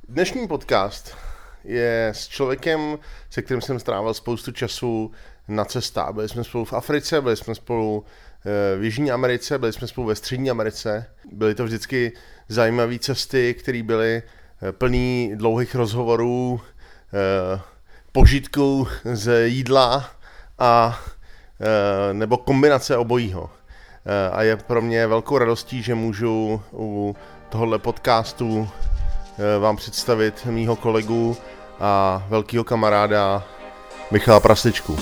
Dnešní podcast je s člověkem, se kterým jsem strávil spoustu času na cestách. Byli jsme spolu v Africe, byli jsme spolu v Jižní Americe, byli jsme spolu ve Střední Americe. Byly to vždycky zajímavé cesty, které byly plný dlouhých rozhovorů, požitků z jídla a nebo kombinace obojího. A je pro mě velkou radostí, že můžu u tohohle podcastu vám představit mýho kolegu a velkýho kamaráda Michala Prasličku.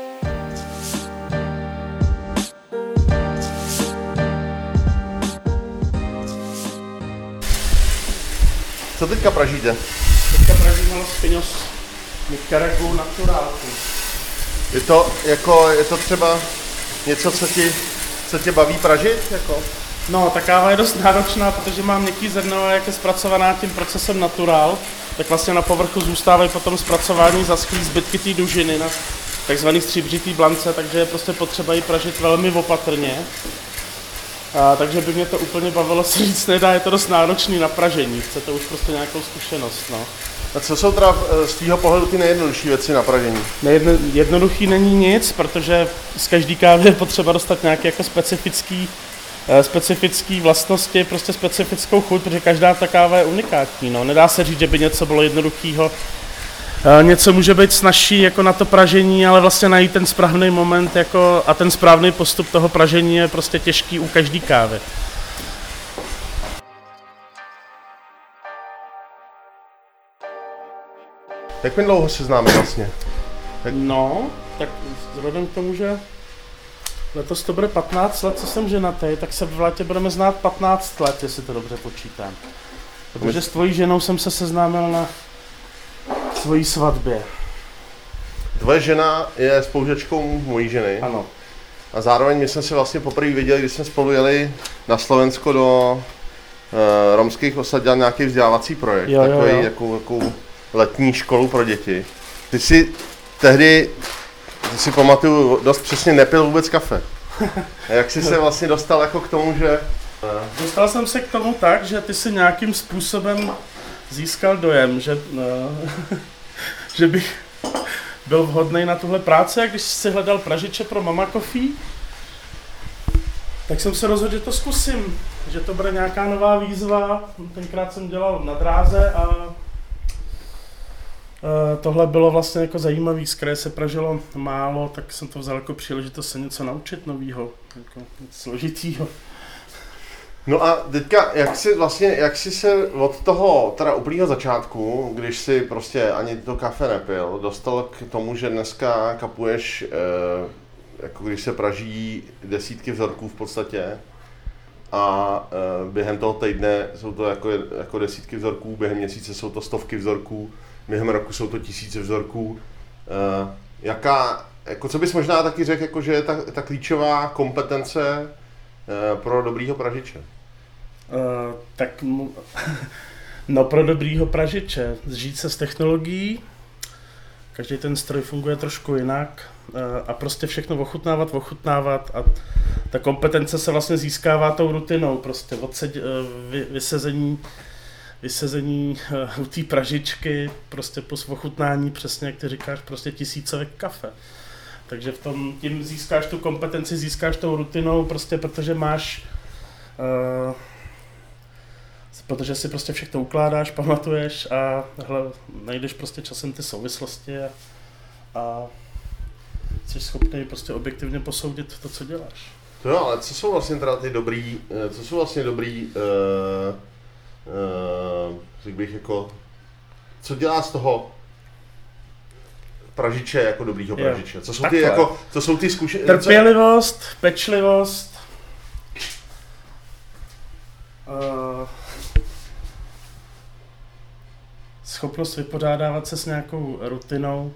Co teďka pražíte? Teďka pražíme los piños Nicaragua naturálku. Je to třeba něco, co tě baví pražit? No, ta káva je dost náročná, protože mám měkký zrno a jak je zpracovaná tím procesem naturál, tak vlastně na povrchu zůstávají potom zpracování zaschlý zbytky té dužiny na takzvaný stříbřitý blance, takže je prostě potřeba ji pražit velmi opatrně. Takže by mě to úplně bavilo si říct, nedá, je to dost náročný na pražení, chcete už prostě nějakou zkušenost, no. A co jsou teda z tvýho pohledu ty nejjednodušší věci na pražení? Jednoduchý není nic, protože z každý kávy je potřeba dostat nějaké jako specifický vlastnosti, prostě specifickou chuť, protože každá ta káva je unikátní, no. Nedá se říct, že by něco bylo jednoduchýho. Něco může být snazší jako na to pražení, ale vlastně najít ten správný moment jako, a ten správný postup toho pražení je prostě těžký u každý kávy. Jak mi dlouho se známe vlastně? No, tak vzhledem k tomu, že letos to bude 15 let, co jsem ženatý, tak se v létě budeme znát 15 let, jestli to dobře počítám. Protože s tvojí ženou jsem se seznámil na svojí svatbě. Tvoje žena je spolužačkou mojí ženy. Ano. A zároveň my jsme se vlastně poprvé viděli, když jsme spolu jeli na Slovensko do romských osad, dělat nějaký vzdělávací projekt. Takovou letní školu pro děti. Ty si pamatuju, dost přesně nepil vůbec kafe. A jak jsi se vlastně dostal jako k tomu, že... Dostal jsem se k tomu tak, že ty si nějakým způsobem získal dojem, že bych byl vhodný na tuhle práci, a když si hledal pražiče pro Mama Coffee, tak jsem se rozhodl, že to zkusím, že to bude nějaká nová výzva. Tenkrát jsem dělal na dráze a tohle bylo vlastně jako zajímavý, z kraje se pražilo málo, tak jsem to vzal jako příležitost se něco naučit novýho, jako něco složitýho. No a teďka, jak jsi se od toho teda úplného začátku, když si prostě ani to kafe nepil, dostal k tomu, že dneska kapuješ, jako když se praží desítky vzorků v podstatě a během toho týdne jsou to jako desítky vzorků, během měsíce jsou to stovky vzorků, během roku jsou to tisíce vzorků. Co bys možná taky řekl, jako, že je ta klíčová kompetence pro dobrýho pražiče? Pro dobrýho pražiče zžít se s technologií, každý ten stroj funguje trošku jinak a prostě všechno ochutnávat a ta kompetence se vlastně získává tou rutinou, prostě vysezení u té pražičky, prostě po ochutnání, přesně jak ty říkáš, prostě tisícovek kafe. Takže tím získáš tu kompetenci, získáš tou rutinou, prostě protože si prostě všechno ukládáš, pamatuješ a najdeš prostě časem ty souvislosti a jsi schopný prostě objektivně posoudit to, co děláš. To jo, ale co jsou vlastně teda ty dobrý, řekl bych jako, co dělá z toho pražiče jako dobrýho pražiče? Co jsou ty zkušenosti? Trpělivost, pečlivost, schopnost vypořádávat se s nějakou rutinou,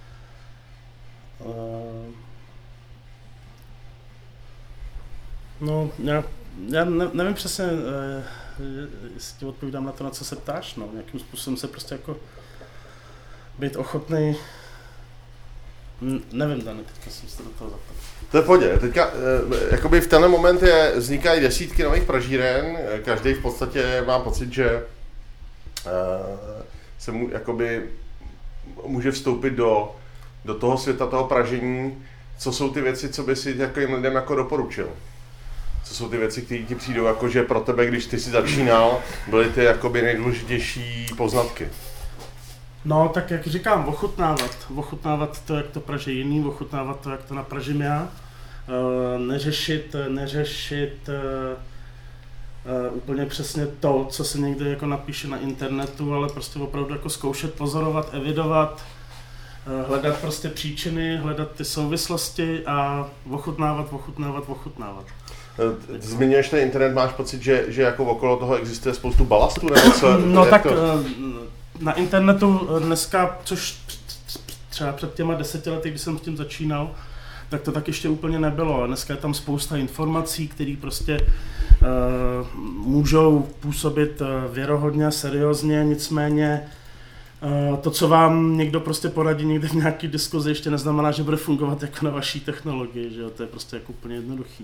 já nevím přesně, jestli ti odpovídám na to, na co se ptáš, no, nějakým způsobem se prostě jako být ochotný. Nevím, Dani, teďka jsem se do toho zapal. To je v pohodě. Teďka, jakoby v tenhle moment vznikají desítky nových pražíren, každý v podstatě má pocit, že se mu jakoby může vstoupit do toho světa toho pražení, co jsou ty věci, co by si takovým lidem jako doporučil? Co jsou ty věci, které ti přijdou jako, že pro tebe, když ty jsi začínal, byly ty jakoby nejdůležitější poznatky? No, tak jak říkám, ochutnávat to, jak to praží jiný, ochutnávat to, jak to napražím já, neřešit úplně přesně to, co se někde jako napíše na internetu, ale prostě opravdu jako zkoušet pozorovat, evidovat, hledat prostě příčiny, hledat ty souvislosti a ochutnávat. Zmiňuješ ten internet, máš pocit, že jako okolo toho existuje spoustu balastu, nebo co? No tak na internetu dneska, což třeba před těma 10 lety, když jsem s tím začínal, tak to tak ještě úplně nebylo. Dneska je tam spousta informací, které prostě můžou působit věrohodně, seriózně, nicméně to, co vám někdo prostě poradí někde v nějaký diskuzi, ještě neznamená, že bude fungovat jako na vaší technologii, že jo? To je prostě jako úplně jednoduchý.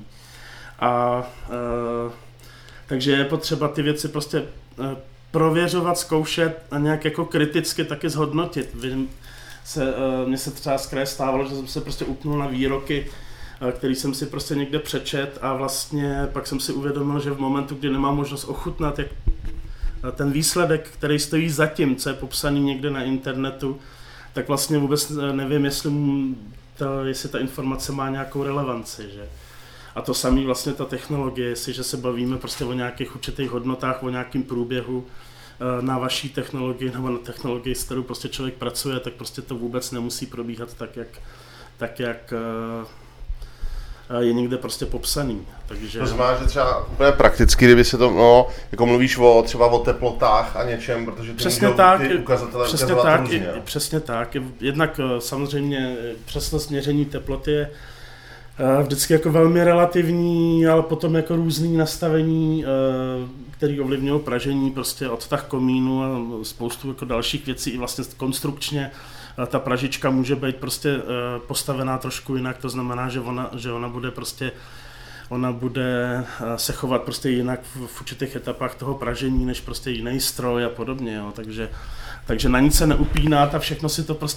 Takže je potřeba ty věci prostě prověřovat, zkoušet a nějak jako kriticky taky zhodnotit. Mně se třeba z kraje stávalo, že jsem se prostě upnul na výroky, který jsem si prostě někde přečet a vlastně pak jsem si uvědomil, že v momentu, kdy nemám možnost ochutnat jak ten výsledek, který stojí za tím, co je popsaný někde na internetu, tak vlastně vůbec nevím, jestli ta informace má nějakou relevanci, že? A to samé vlastně ta technologie, jestliže se bavíme prostě o nějakých určitých hodnotách, o nějakém průběhu na vaší technologii nebo na technologii, s kterou prostě člověk pracuje, tak prostě to vůbec nemusí probíhat tak, jak je někde prostě popsaný. Takže... To znamená, že třeba úplně prakticky, kdyby se to, jako mluvíš třeba o teplotách a něčem, protože ty přesně tak, ty ukazatele ukazovat různě. Přesně tak. Jednak samozřejmě přesnost měření teploty je vždycky jako velmi relativní, ale potom jako různý nastavení, které ovlivňují pražení, prostě odtah komínu a spoustu jako dalších věcí i vlastně konstrukčně. Ta pražička může být prostě postavená trošku jinak, to znamená, že ona bude se chovat prostě jinak v určitých etapách toho pražení, než prostě jiný stroj a podobně, jo. Takže na nic se neupínat a všechno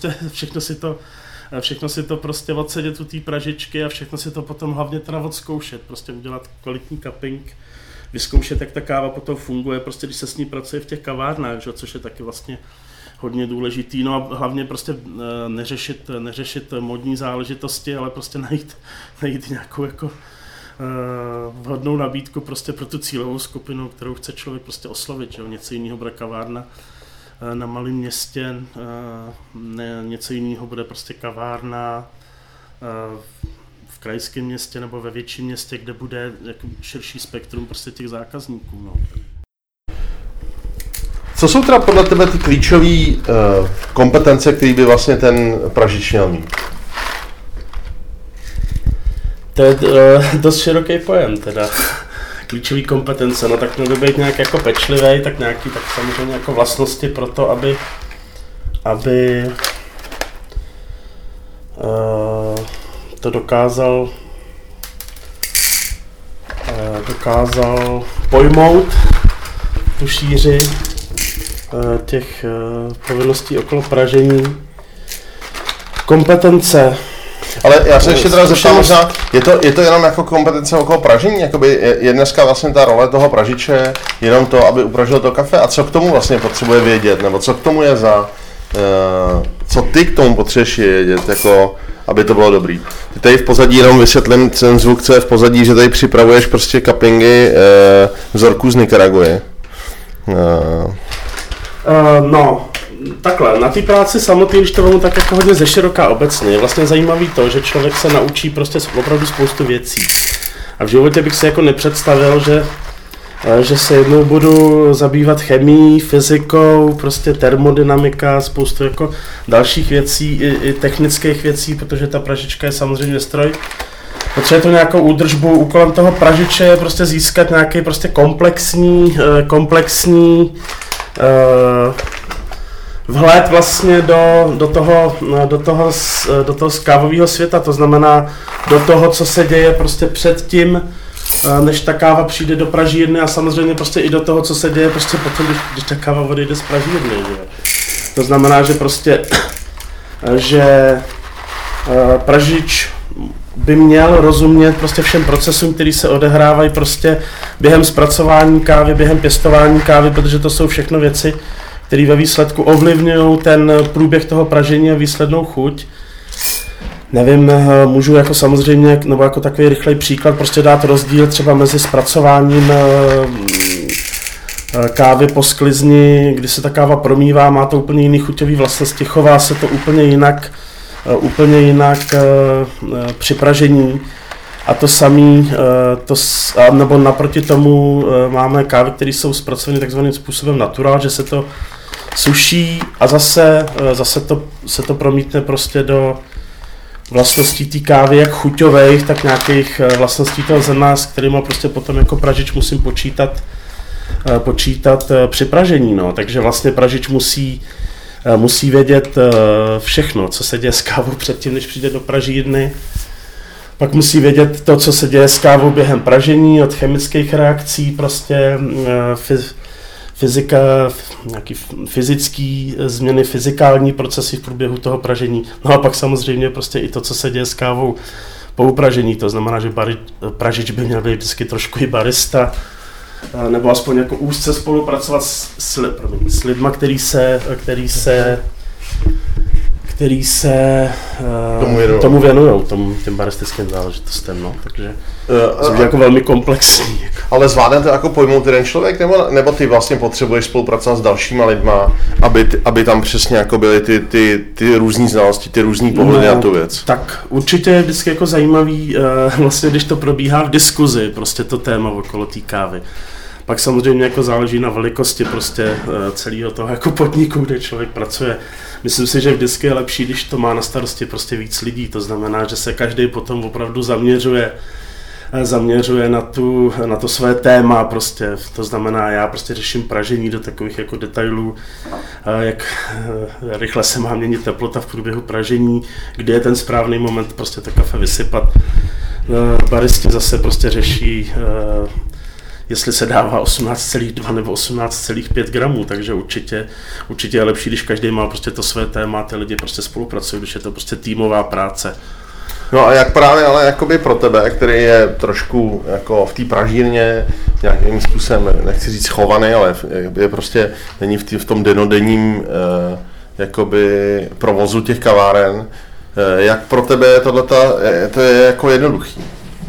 si to prostě odsedět u té pražičky a všechno si to potom hlavně teda odzkoušet, prostě udělat kvalitní cupping, vyzkoušet, jak ta káva potom funguje, prostě když se s ní pracuje v těch kavárnách, že? Což je taky vlastně hodně důležitý, no a hlavně prostě neřešit modní záležitosti, ale prostě najít nějakou jako vhodnou nabídku prostě pro tu cílovou skupinu, kterou chce člověk prostě oslovit, že? Něco jiného bude kavárna na malém městě, něco jiného bude prostě kavárna v krajském městě nebo ve větším městě, kde bude jako širší spektrum prostě těch zákazníků. No. Co jsou teda podle tebe ty klíčové kompetence, které by vlastně ten pražič měl mít? To je dost široký pojem teda. Klíčové kompetence, no tak měl by být nějak jako pečlivý, tak samozřejmě jako vlastnosti pro to, aby to dokázal pojmout tu šíři těch povinností okolo pražení. Kompetence. Ale já se ještě teda zeptám možná, je to jenom jako kompetence okolo pražení? Jakoby je dneska vlastně ta role toho pražiče jenom to, aby upražil to kafe? A co k tomu vlastně potřebuje vědět? Nebo co k tomu je co ty k tomu potřebuješ vědět, jako, aby to bylo dobrý? Ty tady v pozadí jenom vysvětlím ten zvuk, co je v pozadí, že tady připravuješ prostě cuppingy vzorků z Nikaraguji. No, takhle, na té práci samotné, když to vemu tak jako hodně zeširoká obecně, je vlastně zajímavý to, že člověk se naučí prostě opravdu spoustu věcí. A v životě bych si jako nepředstavil, že se jednou budu zabývat chemií, fyzikou, prostě termodynamika, spoustu jako dalších věcí, i technických věcí, protože ta pražička je samozřejmě stroj. Potřebuje to nějakou údržbu, úkolem toho pražiče je prostě získat nějaký prostě komplexní vhled vlastně do toho kávového světa, to znamená do toho, co se děje prostě před tím, než ta káva přijde do pražírny a samozřejmě prostě i do toho, co se děje prostě potom, když ta káva odejde z pražírny. To znamená, že prostě, že pražič by měl rozumět prostě všem procesům, který se odehrávají prostě během zpracování kávy, během pěstování kávy, protože to jsou všechno věci, které ve výsledku ovlivňují ten průběh toho pražení a výslednou chuť. Nevím, můžu jako samozřejmě, nebo jako takový rychlej příklad, prostě dát rozdíl třeba mezi zpracováním kávy po sklizni, kdy se ta káva promývá, má to úplně jiný chuťový vlastnosti, chová se to úplně jinak při pražení. A to samý, nebo naproti tomu máme kávy, které jsou zpracovány takzvaným způsobem natural, že se to suší a zase se to promítne prostě do vlastností té kávy, jak chuťových, tak nějakých vlastností toho zrna, s kterýma prostě potom jako pražič musím počítat při pražení. No. Takže vlastně pražič musí vědět všechno, co se děje s kávou předtím, než přijde do pražírny. Pak musí vědět to, co se děje s kávou během pražení, od chemických reakcí, prostě fyzika, nějaký fyzický změny, fyzikální procesy v průběhu toho pražení. No a pak samozřejmě prostě i to, co se děje s kávou po upražení. To znamená, že pražič by měl být vždycky trošku i barista, nebo aspoň jako úzce spolupracovat s lidma, který se tomu věnujou, těm baristickým záležitostem, no, takže je jako velmi komplexní. Ale zvládne to jako pojmout jeden člověk, nebo ty vlastně potřebuješ spolupracovat s dalšíma lidma, aby tam přesně jako byly ty různý znalosti, ty různý pohledy na tu věc? Tak určitě je vždycky jako zajímavý, vlastně když to probíhá v diskuzi, prostě to téma okolo té kávy. Pak samozřejmě jako záleží na velikosti prostě celého toho jako podniku, kde člověk pracuje. Myslím si, že vždycky je lepší, když to má na starosti prostě víc lidí. To znamená, že se každý potom opravdu zaměřuje na to své téma prostě. To znamená, já prostě řeším pražení do takových jako detailů, jak rychle se má měnit teplota v průběhu pražení, kde je ten správný moment prostě to kafe vysypat. Baristi zase prostě řeší, jestli se dává 18,2 nebo 18,5 gramů, takže určitě je lepší, když každý má prostě to své téma, ty lidi prostě spolupracují, když je to prostě týmová práce. No a jak právě ale jakoby pro tebe, který je trošku jako v té pražírně nějakým způsobem, nechci říct schovaný, ale je prostě není v tom denodenním jakoby provozu těch kaváren, jak pro tebe je to je jako jednoduchý?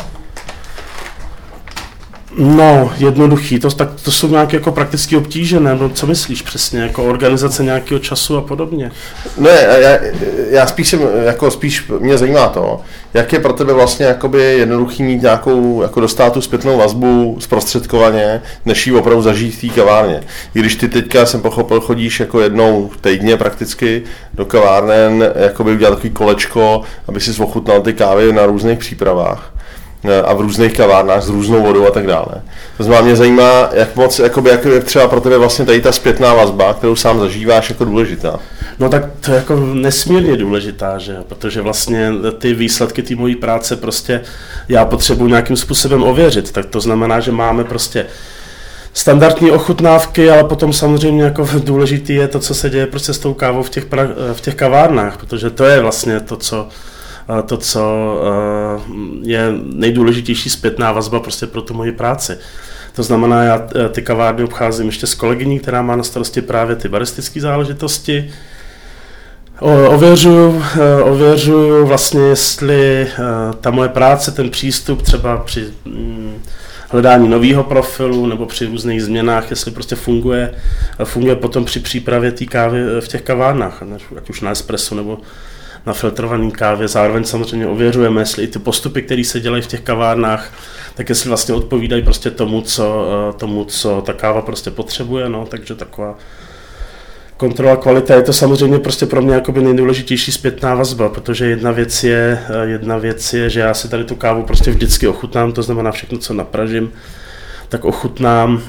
No, jednoduchý, to jsou nějaké jako praktické obtíže, nebo co myslíš přesně, jako organizace nějakého času a podobně? Ne, já spíš mě zajímá to, jak je pro tebe vlastně jakoby jednoduchý mít nějakou, jako dostat tu zpětnou vazbu zprostředkovaně, než ji opravdu zažít v té kavárně. I když ty teďka, jsem pochopil, chodíš jako jednou týdně prakticky do kaváren, jakoby udělat takový kolečko, aby si ochutnal ty kávy na různých přípravách a v různých kavárnách s různou vodou a tak dále. To znamená, mě zajímá, jak je třeba pro tebe vlastně tady ta zpětná vazba, kterou sám zažíváš, jako důležitá. No tak to je jako nesmírně důležitá, že? Protože vlastně ty výsledky té mojí práce prostě já potřebuji nějakým způsobem ověřit. Tak to znamená, že máme prostě standardní ochutnávky, ale potom samozřejmě jako důležitý je to, co se děje prostě s tou kávou v těch kavárnách, protože to je vlastně to, co je nejdůležitější zpětná vazba prostě pro tu moji práci. To znamená, já ty kavárny obcházím ještě s kolegyní, která má na starosti právě ty baristické záležitosti. Ověřuju vlastně, jestli ta moje práce, ten přístup třeba při hledání nového profilu nebo při různých změnách, jestli prostě funguje potom při přípravě té kávy v těch kavárnách, ať už na espresso nebo na filtrované kávě. Zároveň samozřejmě ověřujeme, jestli i ty postupy, které se dělají v těch kavárnách, tak jestli vlastně odpovídají prostě tomu, co ta káva prostě potřebuje, no, takže taková kontrola kvality je to samozřejmě prostě pro mě jakoby nejdůležitější zpětná vazba, protože jedna věc je, že já si tady tu kávu prostě vždycky ochutnám, to znamená všechno, co napražím, tak ochutnám,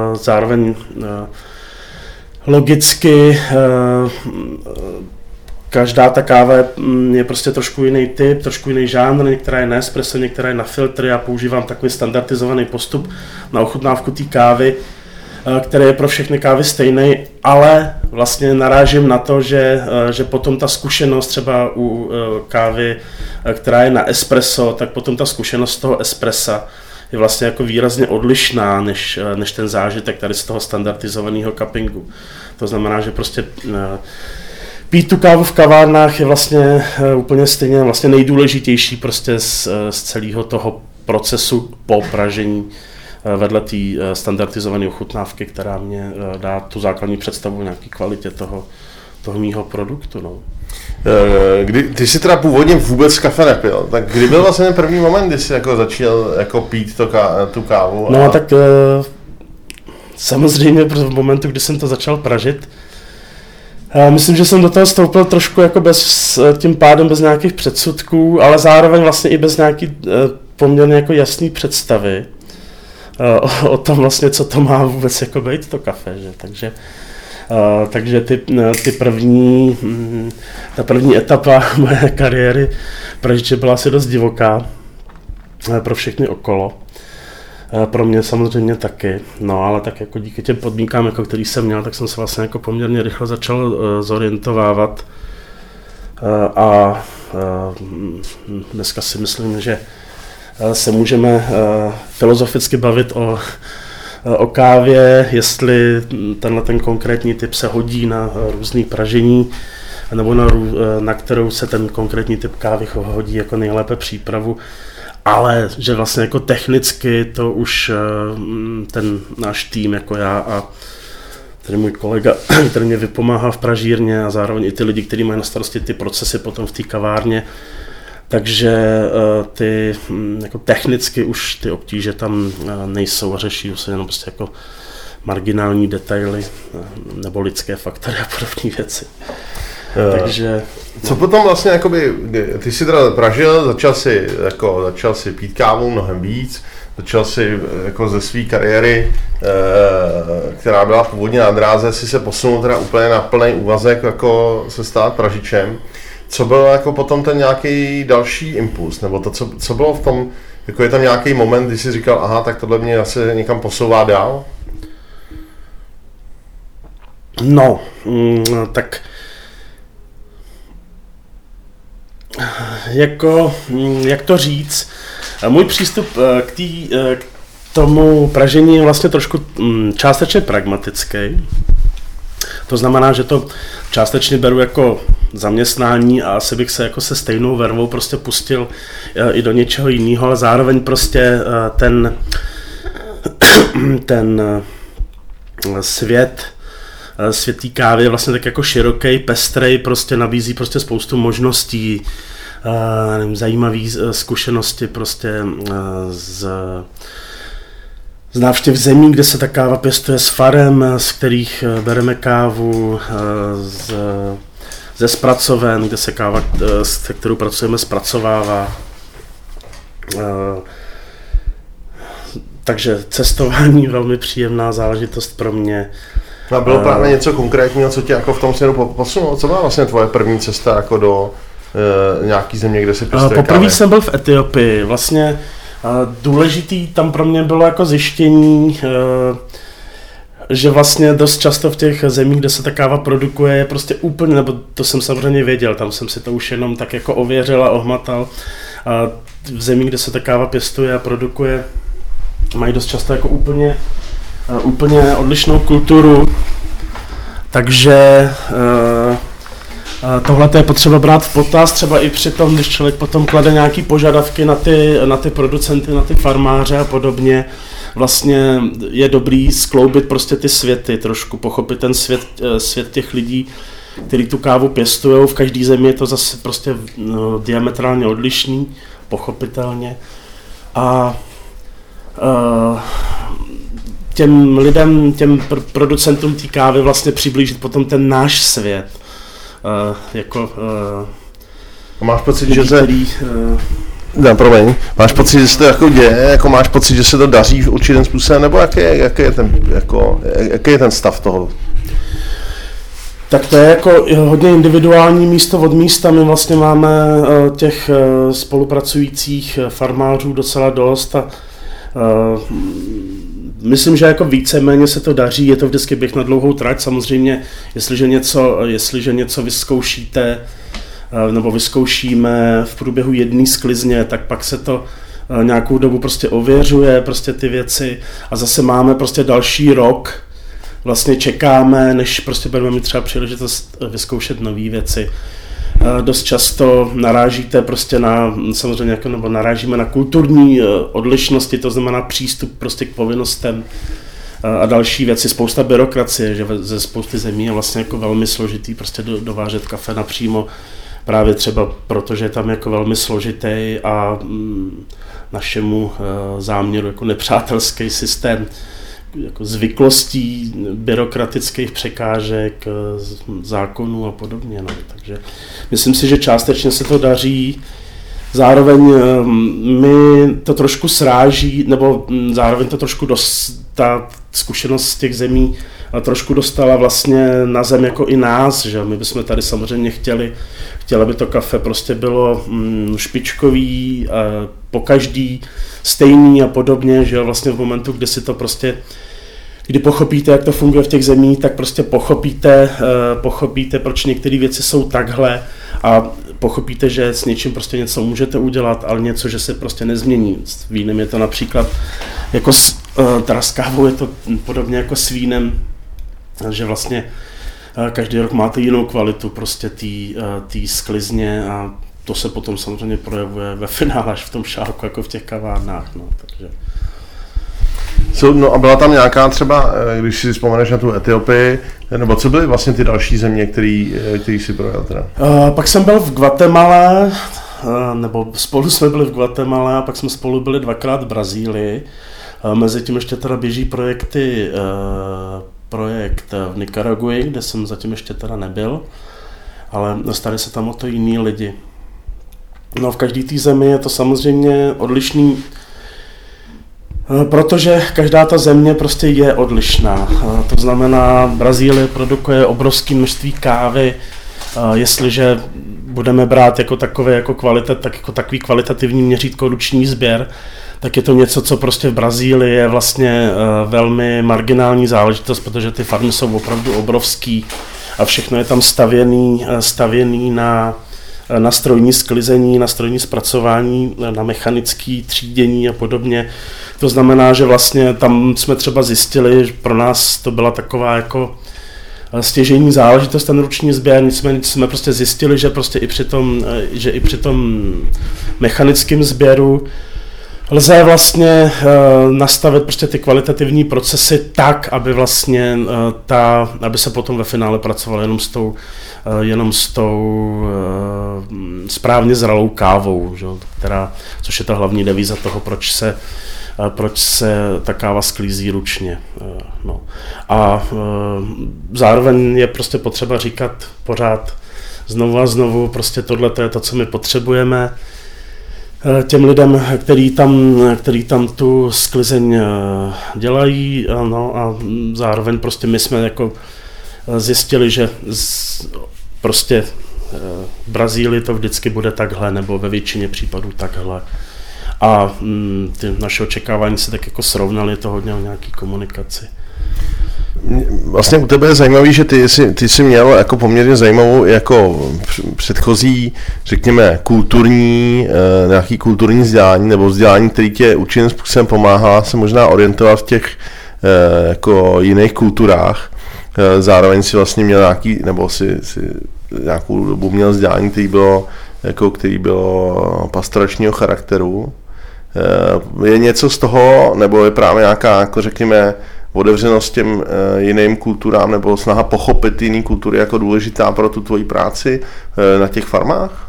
zároveň logicky každá ta káva je prostě trošku jiný typ, trošku jiný žánr, některá je na espresso, některá je na filtry. Já používám takový standardizovaný postup na ochutnávku té kávy, který je pro všechny kávy stejný, ale vlastně narážím na to, že potom ta zkušenost třeba u kávy, která je na espresso, tak potom ta zkušenost toho espressa je vlastně jako výrazně odlišná než ten zážitek tady z toho standardizovaného cuppingu. To znamená, že prostě pít tu kávu v kavárnách je vlastně úplně stejně vlastně nejdůležitější prostě z celého toho procesu po pražení vedle té standardizované ochutnávky, která mě dá tu základní představu o nějaké kvalitě toho mýho produktu. No. Ty jsi teda původně vůbec kafe nepil, tak kdy byl vlastně ten první moment, kdy jsi jako začal jako pít tu kávu? No tak samozřejmě v momentu, kdy jsem to začal pražit, myslím, že jsem do toho vstoupil trošku jako tím pádem bez nějakých předsudků, ale zároveň vlastně i bez nějaký poměrně jako jasný představy o tom vlastně, co to má vůbec jako být to kafe, že? Takže ta první etapa moje kariéry pražiče byla asi dost divoká pro všechny okolo. Pro mě samozřejmě taky, no ale tak jako díky těm podmínkám, jako který jsem měl, tak jsem se vlastně jako poměrně rychle začal zorientovávat a dneska si myslím, že se můžeme filozoficky bavit o kávě, jestli ten konkrétní typ se hodí na různý pražení, nebo na kterou se ten konkrétní typ kávy hodí jako nejlépe přípravu, ale že vlastně jako technicky to už ten náš tým, jako já a tady můj kolega, který mě vypomáhá v pražírně a zároveň i ty lidi, kteří mají na starosti ty procesy potom v té kavárně, takže ty jako technicky už ty obtíže tam nejsou a řeší se jenom prostě jako marginální detaily nebo lidské faktory a podobné věci. Takže co potom vlastně, jakoby, ty jsi teda pražil, začal si pít kávu mnohem víc, začal si jako ze své kariéry, která byla původně na dráze, si se posunul teda úplně na plný úvazek jako se stát pražičem. Co byl jako potom ten nějaký další impuls, nebo to, co bylo v tom, jako je tam nějaký moment, kdy jsi říkal, aha, tak tohle mě zase někam posouvá dál? No, tak jako, jak to říct, můj přístup k tomu pražení je vlastně trošku částečně pragmatický. To znamená, že to částečně beru jako zaměstnání a asi bych se jako se stejnou vervou prostě pustil i do něčeho jiného, ale zároveň prostě ten svět té kávy je vlastně tak jako široký, pestrej, prostě nabízí prostě spoustu možností, zajímavé zkušenosti prostě z návštěv zemí, kde se ta káva pěstuje s farem, z kterých bereme kávu, ze zpracoven, kde se káva, se kterou pracujeme, zpracovává. Takže cestování velmi příjemná záležitost pro mě. A bylo právě něco konkrétního, co tě jako v tom směru posunulo? Co byla vlastně tvoje první cesta jako do nějaký země, kde se pěstuje kávy? Poprvé jsem byl v Etiopii. Vlastně důležitý tam pro mě bylo jako zjištění, že vlastně dost často v těch zemích, kde se ta káva produkuje, je prostě úplně, nebo to jsem samozřejmě věděl, tam jsem si to už jenom tak jako ověřil a ohmatal. V zemích, kde se ta káva pěstuje a produkuje, mají dost často jako úplně odlišnou kulturu, takže tohle je potřeba brát v potaz, třeba i při tom, když člověk potom klade nějaký požadavky na ty producenty, na ty farmáře a podobně. Vlastně je dobrý skloubit prostě ty světy, trošku pochopit ten svět těch lidí, kteří tu kávu pěstujou. V každé zemi je to zase prostě diametrálně odlišný, pochopitelně. A těm lidem, těm producentům té kávy vlastně přiblížit potom ten náš svět. Máš pocit, že se... Máš pocit, že se to jako děje, jako máš pocit, že se to daří v určitým způsobem, nebo jaký je ten stav toho? Tak to je jako hodně individuální místo od místa. My vlastně máme těch spolupracujících farmářů docela dost a myslím, že jako víceméně se to daří, je to vždycky běh na dlouhou trať. Samozřejmě, jestliže něco vyzkoušíte nebo vyzkoušíme v průběhu jedné sklizně, tak pak se to nějakou dobu prostě ověřuje, prostě ty věci a zase máme prostě další rok, vlastně čekáme, než prostě budeme mít třeba příležitost vyzkoušet nové věci. Dost často narážíte prostě samozřejmě jako, nebo narážíme na kulturní odlišnosti, to znamená přístup prostě k povinnostem a další věci, spousta byrokracie, že ze spousty zemí je vlastně jako velmi složitý prostě dovážet kafe napřímo, právě třeba protože je tam jako velmi složitý a našemu záměru jako nepřátelský systém jako zvyklostí, byrokratických překážek, zákonů a podobně. No. Takže myslím si, že částečně se to daří. Zároveň mi to trošku sráží, nebo zároveň to trošku ta zkušenost z těch zemí trošku dostala vlastně na zem jako i nás, že my bychom tady samozřejmě chtěli, aby to kafe prostě bylo špičkový, pokaždý, stejný a podobně, že vlastně v momentu, kdy si to prostě, kdy pochopíte, jak to funguje v těch zemích, tak prostě pochopíte, proč některé věci jsou takhle a pochopíte, že s něčím prostě něco můžete udělat, ale něco, že se prostě nezmění. S vínem je to například jako teda s kávou je to podobně jako s vínem, že vlastně každý rok máte jinou kvalitu prostě té sklizně a to se potom samozřejmě projevuje ve finále až v tom šálku, jako v těch kavárnách. No, takže. No a byla tam nějaká třeba, když si vzpomeneš na tu Etiopii, nebo co byly vlastně ty další země, který si projel teda? Pak jsem byl v Guatemala, nebo spolu jsme byli v Guatemala, pak jsme spolu byli dvakrát v Brazílii. Mezitím ještě teda běží projekt v Nikaraguji, kde jsem zatím ještě teda nebyl, ale starají se tam o to jiní lidi. No v každé té zemi je to samozřejmě odlišný, protože každá ta země prostě je odlišná. To znamená, Brazílie produkuje obrovské množství kávy, jestliže budeme brát jako takové jako takový kvalitativní měřítko ruční sběr, tak je to něco, co prostě v Brazílii je vlastně velmi marginální záležitost, protože ty farmy jsou opravdu obrovský a všechno je tam stavěný na strojní sklizení, na strojní zpracování, na mechanické třídění a podobně. To znamená, že vlastně tam jsme třeba zjistili, že pro nás to byla taková jako stěžejní záležitost, ten ruční sběr, nicméně jsme prostě zjistili, že prostě i při tom mechanickém sběru lze vlastně nastavit prostě ty kvalitativní procesy tak, aby vlastně aby se potom ve finále pracovalo jenom s tou správně zralou kávou, že? Což je ta hlavní devíza toho, proč se ta káva sklízí ručně. No. A zároveň je prostě potřeba říkat pořád znovu a znovu, prostě tohle je to, co my potřebujeme. Těm lidem, který tam tu sklizeň dělají, no a zároveň prostě my jsme jako zjistili, že prostě v Brazílii to vždycky bude takhle, nebo ve většině případů takhle. A ty naše očekávání se tak jako srovnaly, je to hodně o nějaký komunikaci. Vlastně u tebe je zajímavý, že ty jsi měl jako poměrně zajímavou jako předchozí, řekněme, nějaký kulturní vzdělání nebo vzdělání, který tě určitým způsobem pomáhá se možná orientovat v těch jako jiných kulturách. Zároveň si vlastně měl nějaký, nebo si nějakou dobu měl vzdělání, který bylo pastoračního charakteru. Je něco z toho, nebo je právě nějaká, jako řekněme, otevřenost těm jiným kulturám nebo snaha pochopit jiný kultury jako důležitá pro tu tvoji práci na těch farmách?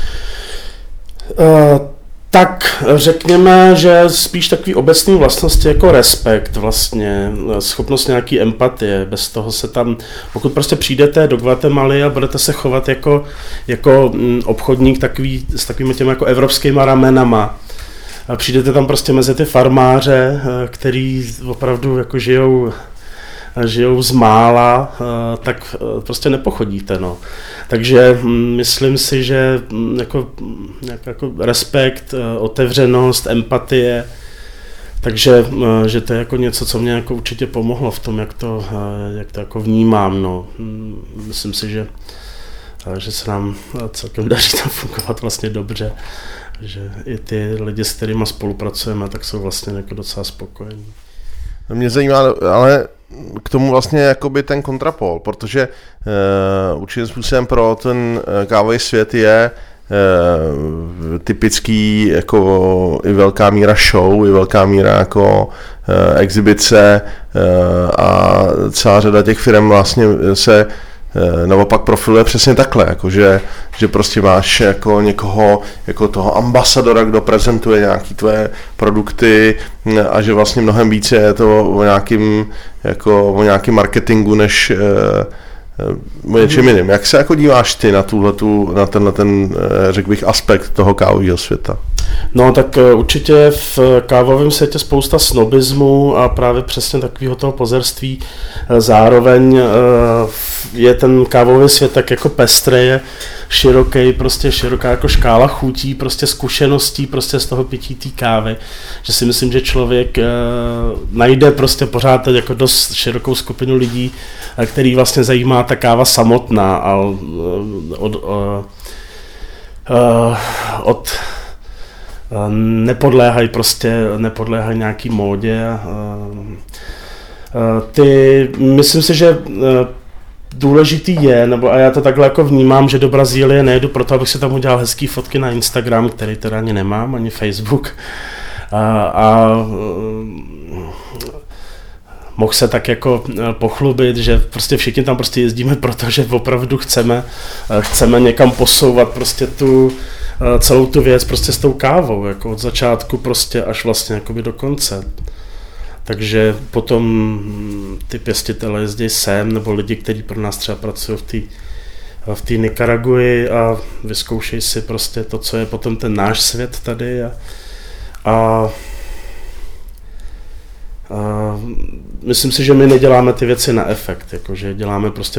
Tak řekněme, že spíš takový obecný vlastnosti jako respekt vlastně, schopnost nějaký empatie, bez toho se tam, pokud prostě přijdete do Guatemaly a budete se chovat jako obchodník s takovými těmi jako evropskýma ramenama, a přijdete tam prostě mezi ty farmáře, který opravdu jako žijou žijou z mála, tak prostě nepochodíte, no. Takže myslím si, že jako respekt, otevřenost, empatie, takže že to je jako něco, co mě jako určitě pomohlo v tom, jak to jako vnímám, no. Myslím si, že se nám celkem daří tam fungovat vlastně dobře, že i ty lidi, s kterými spolupracujeme, tak jsou vlastně jako docela spokojení. Mě zajímá, ale k tomu vlastně jakoby ten kontrapol, protože určitým způsobem pro ten kávový svět je typický jako i velká míra show, i velká míra jako exibice a celá řada těch firm vlastně se naopak profiluje přesně takhle, jako že prostě máš jako někoho, jako toho ambasadora, kdo prezentuje nějaký tvoje produkty a že vlastně mnohem více je to o nějakým marketingu, než o něčem jiným. Jak se jako díváš ty na tenhle řekl bych, aspekt toho kávového světa? No tak určitě v kávovém světě spousta snobismu a právě přesně takového toho pozerství. Zároveň je ten kávový svět tak jako pestrý, je široký, prostě široká jako škála chutí, prostě zkušeností prostě z toho pití té kávy, že si myslím, že člověk najde prostě pořád teď jako dost širokou skupinu lidí, který vlastně zajímá ta káva samotná a nepodléhají nějaký módě. Myslím si, že důležitý je, a já to takhle jako vnímám, že do Brazílie nejedu proto, abych si tam udělal hezký fotky na Instagram, který teda ani nemám, ani Facebook. Mohl se tak jako pochlubit, že prostě všichni tam prostě jezdíme, protože opravdu chceme někam posouvat prostě celou tu věc prostě s tou kávou, jako od začátku prostě až vlastně jakoby do konce. Takže potom ty pěstitele jezdí sem, nebo lidi, kteří pro nás třeba pracují v té Nikaraguji a vyzkoušejí si prostě to, co je potom ten náš svět tady a myslím si, že my neděláme ty věci na efekt, jakože děláme prostě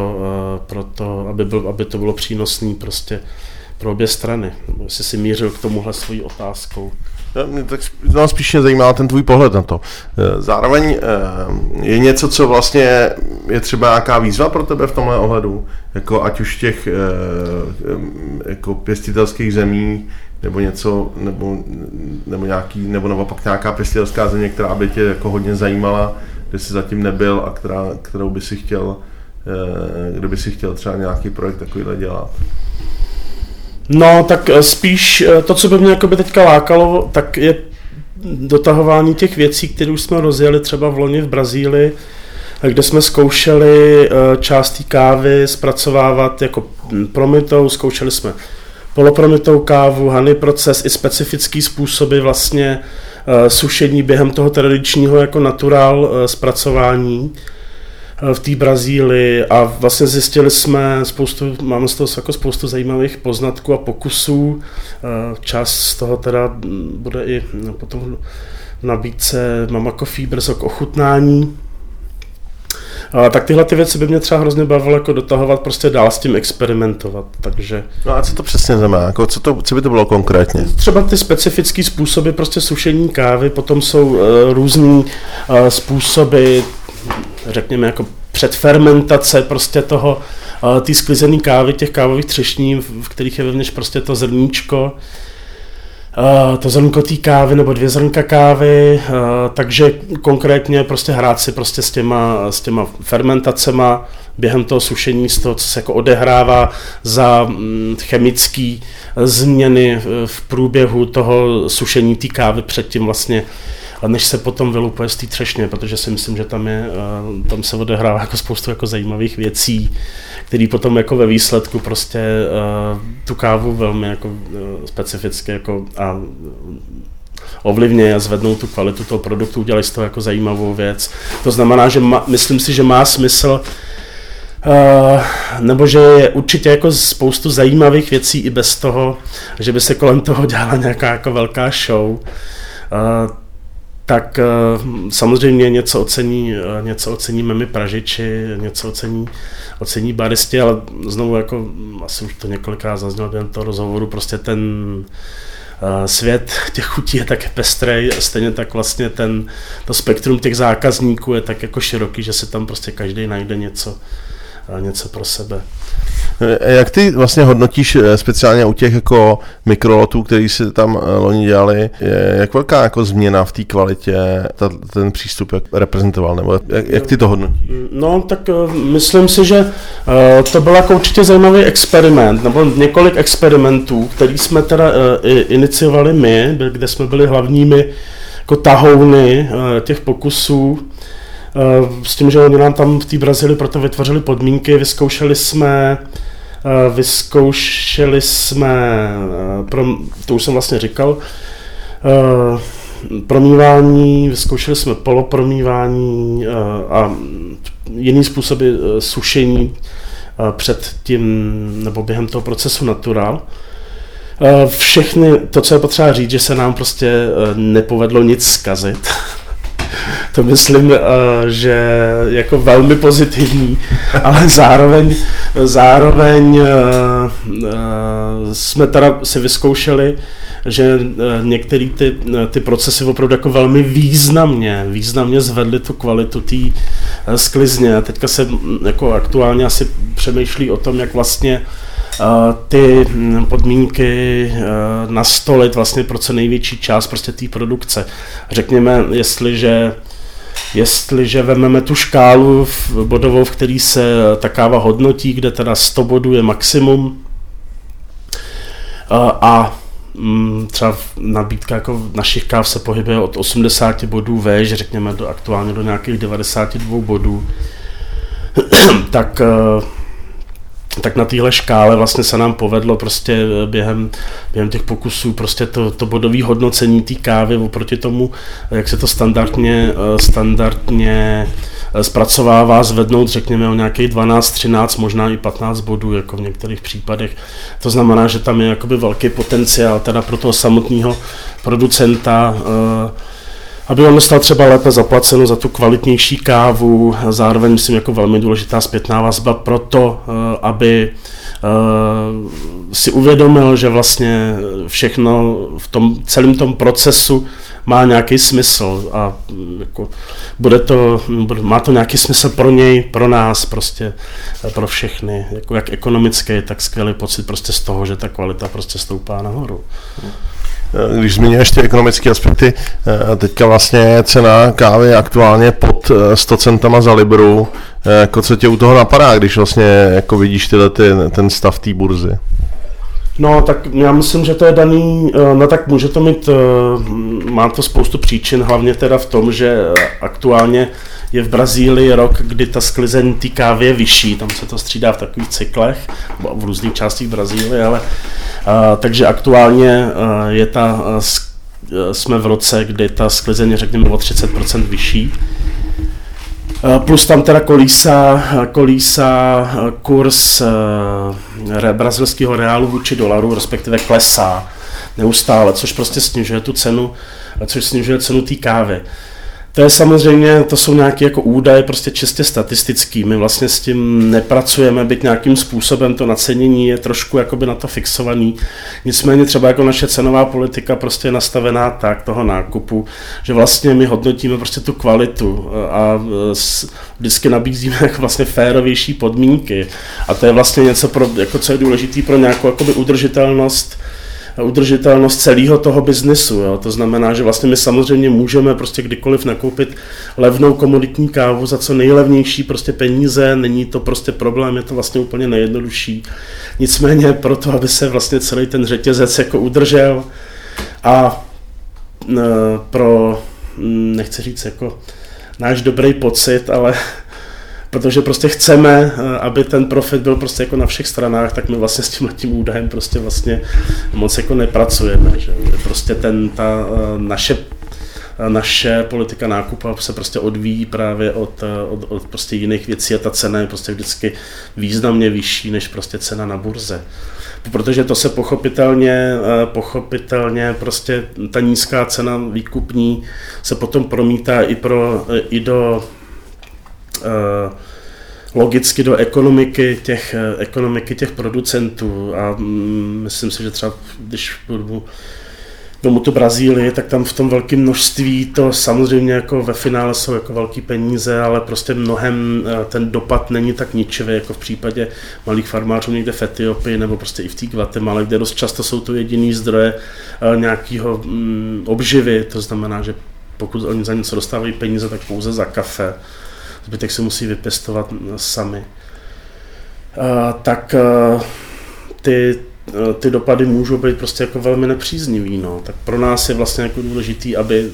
proto aby to bylo přínosné prostě pro obě strany. Jestli si mířil k tomuhle svojí otázkou. Mě tak spíš mě zajímá ten tvůj pohled na to. Zároveň je něco, co vlastně je třeba nějaká výzva pro tebe v tomhle ohledu, jako ať už těch jako pěstitelských zemí, nebo něco, nebo naopak nějaká pěstitelská země, která by tě jako hodně zajímala, kde jsi zatím nebyl a kterou by si chtěl, kde by si chtěl třeba nějaký projekt takovýhle dělat. No, tak spíš to, co by mě jakoby teďka lákalo, tak je dotahování těch věcí, které už jsme rozjeli třeba v loni v Brazílii, kde jsme zkoušeli část té kávy zpracovávat jako promytou, zkoušeli jsme polopromytou kávu, honey proces i specifický způsoby vlastně sušení během toho tradičního jako natural zpracování v té Brazílii a vlastně zjistili jsme máme z toho jako spoustu zajímavých poznatků a pokusů. Část z toho teda bude i potom v nabídce Mama Coffee brzo k ochutnání. Tak tyhle ty věci by mě třeba hrozně bavilo jako dotahovat, prostě dál s tím experimentovat, takže... No a co to přesně znamená? Jako co by to bylo konkrétně? Třeba ty specifické způsoby prostě sušení kávy, potom jsou různý způsoby, řekněme jako předfermentace prostě té sklizené kávy, těch kávových třešní, v kterých je vevnitř prostě to zrníčko, to zrnko té kávy nebo 2 zrnka kávy, takže konkrétně prostě hrát si prostě s těma fermentacema během toho sušení, z toho, co se jako odehrává za chemické změny v průběhu toho sušení té kávy předtím vlastně, než se potom vylupuje z té třešně, protože si myslím, že tam se odehrává jako spoustu jako zajímavých věcí, které potom jako ve výsledku prostě tu kávu velmi jako specificky jako a ovlivňují a zvednou tu kvalitu toho produktu, udělají z toho jako zajímavou věc. To znamená, že myslím si, že má smysl nebo že je určitě jako spoustu zajímavých věcí i bez toho, že by se kolem toho dělala nějaká jako velká show. tak samozřejmě něco oceníme my Pražiči, něco ocení baristi, ale znovu jako asi už to několikrát zaznělo během toho rozhovoru, prostě ten svět těch chutí je tak pestrej a stejně tak vlastně to spektrum těch zákazníků je tak jako široký, že si tam prostě každý najde něco pro sebe. Jak ty vlastně hodnotíš speciálně u těch jako mikrolotů, který si tam loni dělali, jak velká jako změna v té kvalitě ten přístup jak reprezentoval, nebo jak ty to hodnotíš? No tak myslím si, že to byl jako určitě zajímavý experiment, nebo několik experimentů, který jsme teda iniciovali my, kde jsme byli hlavními jako tahouny těch pokusů, s tím, že oni nám tam v té Brazílii proto vytvořili podmínky, vyzkoušeli jsme, to už jsem vlastně říkal, promývání, vyzkoušeli jsme polopromývání a jiný způsoby sušení před tím nebo během toho procesu natural. Všechny, to, co je potřeba říct, že se nám prostě nepovedlo nic zkazit. To myslím, že jako velmi pozitivní, ale zároveň jsme teda si vyzkoušeli, že některé ty procesy opravdu jako velmi významně zvedly tu kvalitu té sklizně. A teďka se jako aktuálně asi přemýšlí o tom, jak vlastně ty podmínky nastolit vlastně pro co největší část prostě té produkce. Řekněme, jestliže vezmeme tu škálu bodovou, v který se ta káva hodnotí, kde teda 100 bodů je maximum a třeba nabídka jako našich káv se pohybuje od 80 bodů vejš, řekněme aktuálně do nějakých 92 bodů, tak na téhle škále vlastně se nám povedlo prostě během těch pokusů prostě to bodové hodnocení té kávy oproti tomu, jak se to standardně zpracovává, zvednout řekněme o nějakých 12, 13, možná i 15 bodů, jako v některých případech. To znamená, že tam je jakoby velký potenciál teda pro toho samotného producenta, aby on dostal třeba lépe zaplaceno za tu kvalitnější kávu, zároveň myslím jako velmi důležitá zpětná vazba pro to, aby si uvědomil, že vlastně všechno v tom celém tom procesu má nějaký smysl a jako má to nějaký smysl pro něj, pro nás, prostě pro všechny, jako jak ekonomický, tak skvělý pocit prostě z toho, že ta kvalita prostě stoupá nahoru. Když zmiňuješ ty ekonomické aspekty, teďka vlastně je cena kávy aktuálně pod 100 centama za libru. Jako co tě u toho napadá, když vlastně jako vidíš ten stav té burzy? No tak já myslím, že to je daný, no tak může to mít, má to spoustu příčin, hlavně teda v tom, že aktuálně je v Brazílii rok, kdy ta sklizeň té kávy je vyšší, tam se to střídá v takových cyklech, v různých částích Brazílie, ale takže aktuálně jsme v roce, kdy ta sklizeň je řekněme o 30% vyšší. Plus tam teda kolísá kurz brazilského reálu vůči dolaru, respektive klesá neustále, což prostě snižuje cenu té kávy. To je samozřejmě, to jsou nějaké jako údaje prostě čistě statistický, my vlastně s tím nepracujeme, byť nějakým způsobem to nacenění je trošku jakoby na to fixovaný, nicméně třeba jako naše cenová politika prostě je nastavená tak toho nákupu, že vlastně my hodnotíme prostě tu kvalitu a vždycky nabízíme jako vlastně férovější podmínky a to je vlastně něco, co je důležité pro nějakou jakoby udržitelnost celého toho biznesu. Jo. To znamená, že vlastně my samozřejmě můžeme prostě kdykoliv nakoupit levnou komoditní kávu za co nejlevnější prostě peníze, není to prostě problém, je to vlastně úplně nejjednodušší. Nicméně proto, aby se vlastně celý ten řetězec jako udržel a pro, nechci říct jako náš dobrý pocit, ale protože prostě chceme, aby ten profit byl prostě jako na všech stranách, tak my vlastně s tím údajem prostě vlastně moc jako nepracujeme, že prostě naše naše politika nákupu se prostě odvíjí právě od prostě jiných věcí a ta cena je prostě vždycky významně vyšší než prostě cena na burze. Protože to se pochopitelně prostě ta nízká cena výkupní se potom promítá i do logicky do ekonomiky těch producentů a myslím si, že třeba když vezmu tu Brazílii, tak tam v tom velkém množství to samozřejmě jako ve finále jsou jako velký peníze, ale prostě mnohem ten dopad není tak ničivý jako v případě malých farmářů někde v Etiopii nebo prostě i v té Guatemala, kde dost často jsou to jediný zdroje nějakého obživy, to znamená, že pokud oni za něco dostávají peníze, tak pouze za kafe, zbytek se musí vypěstovat sami. Tak ty dopady můžou být prostě jako velmi nepříznivý, no. Tak pro nás je vlastně jako důležitý, aby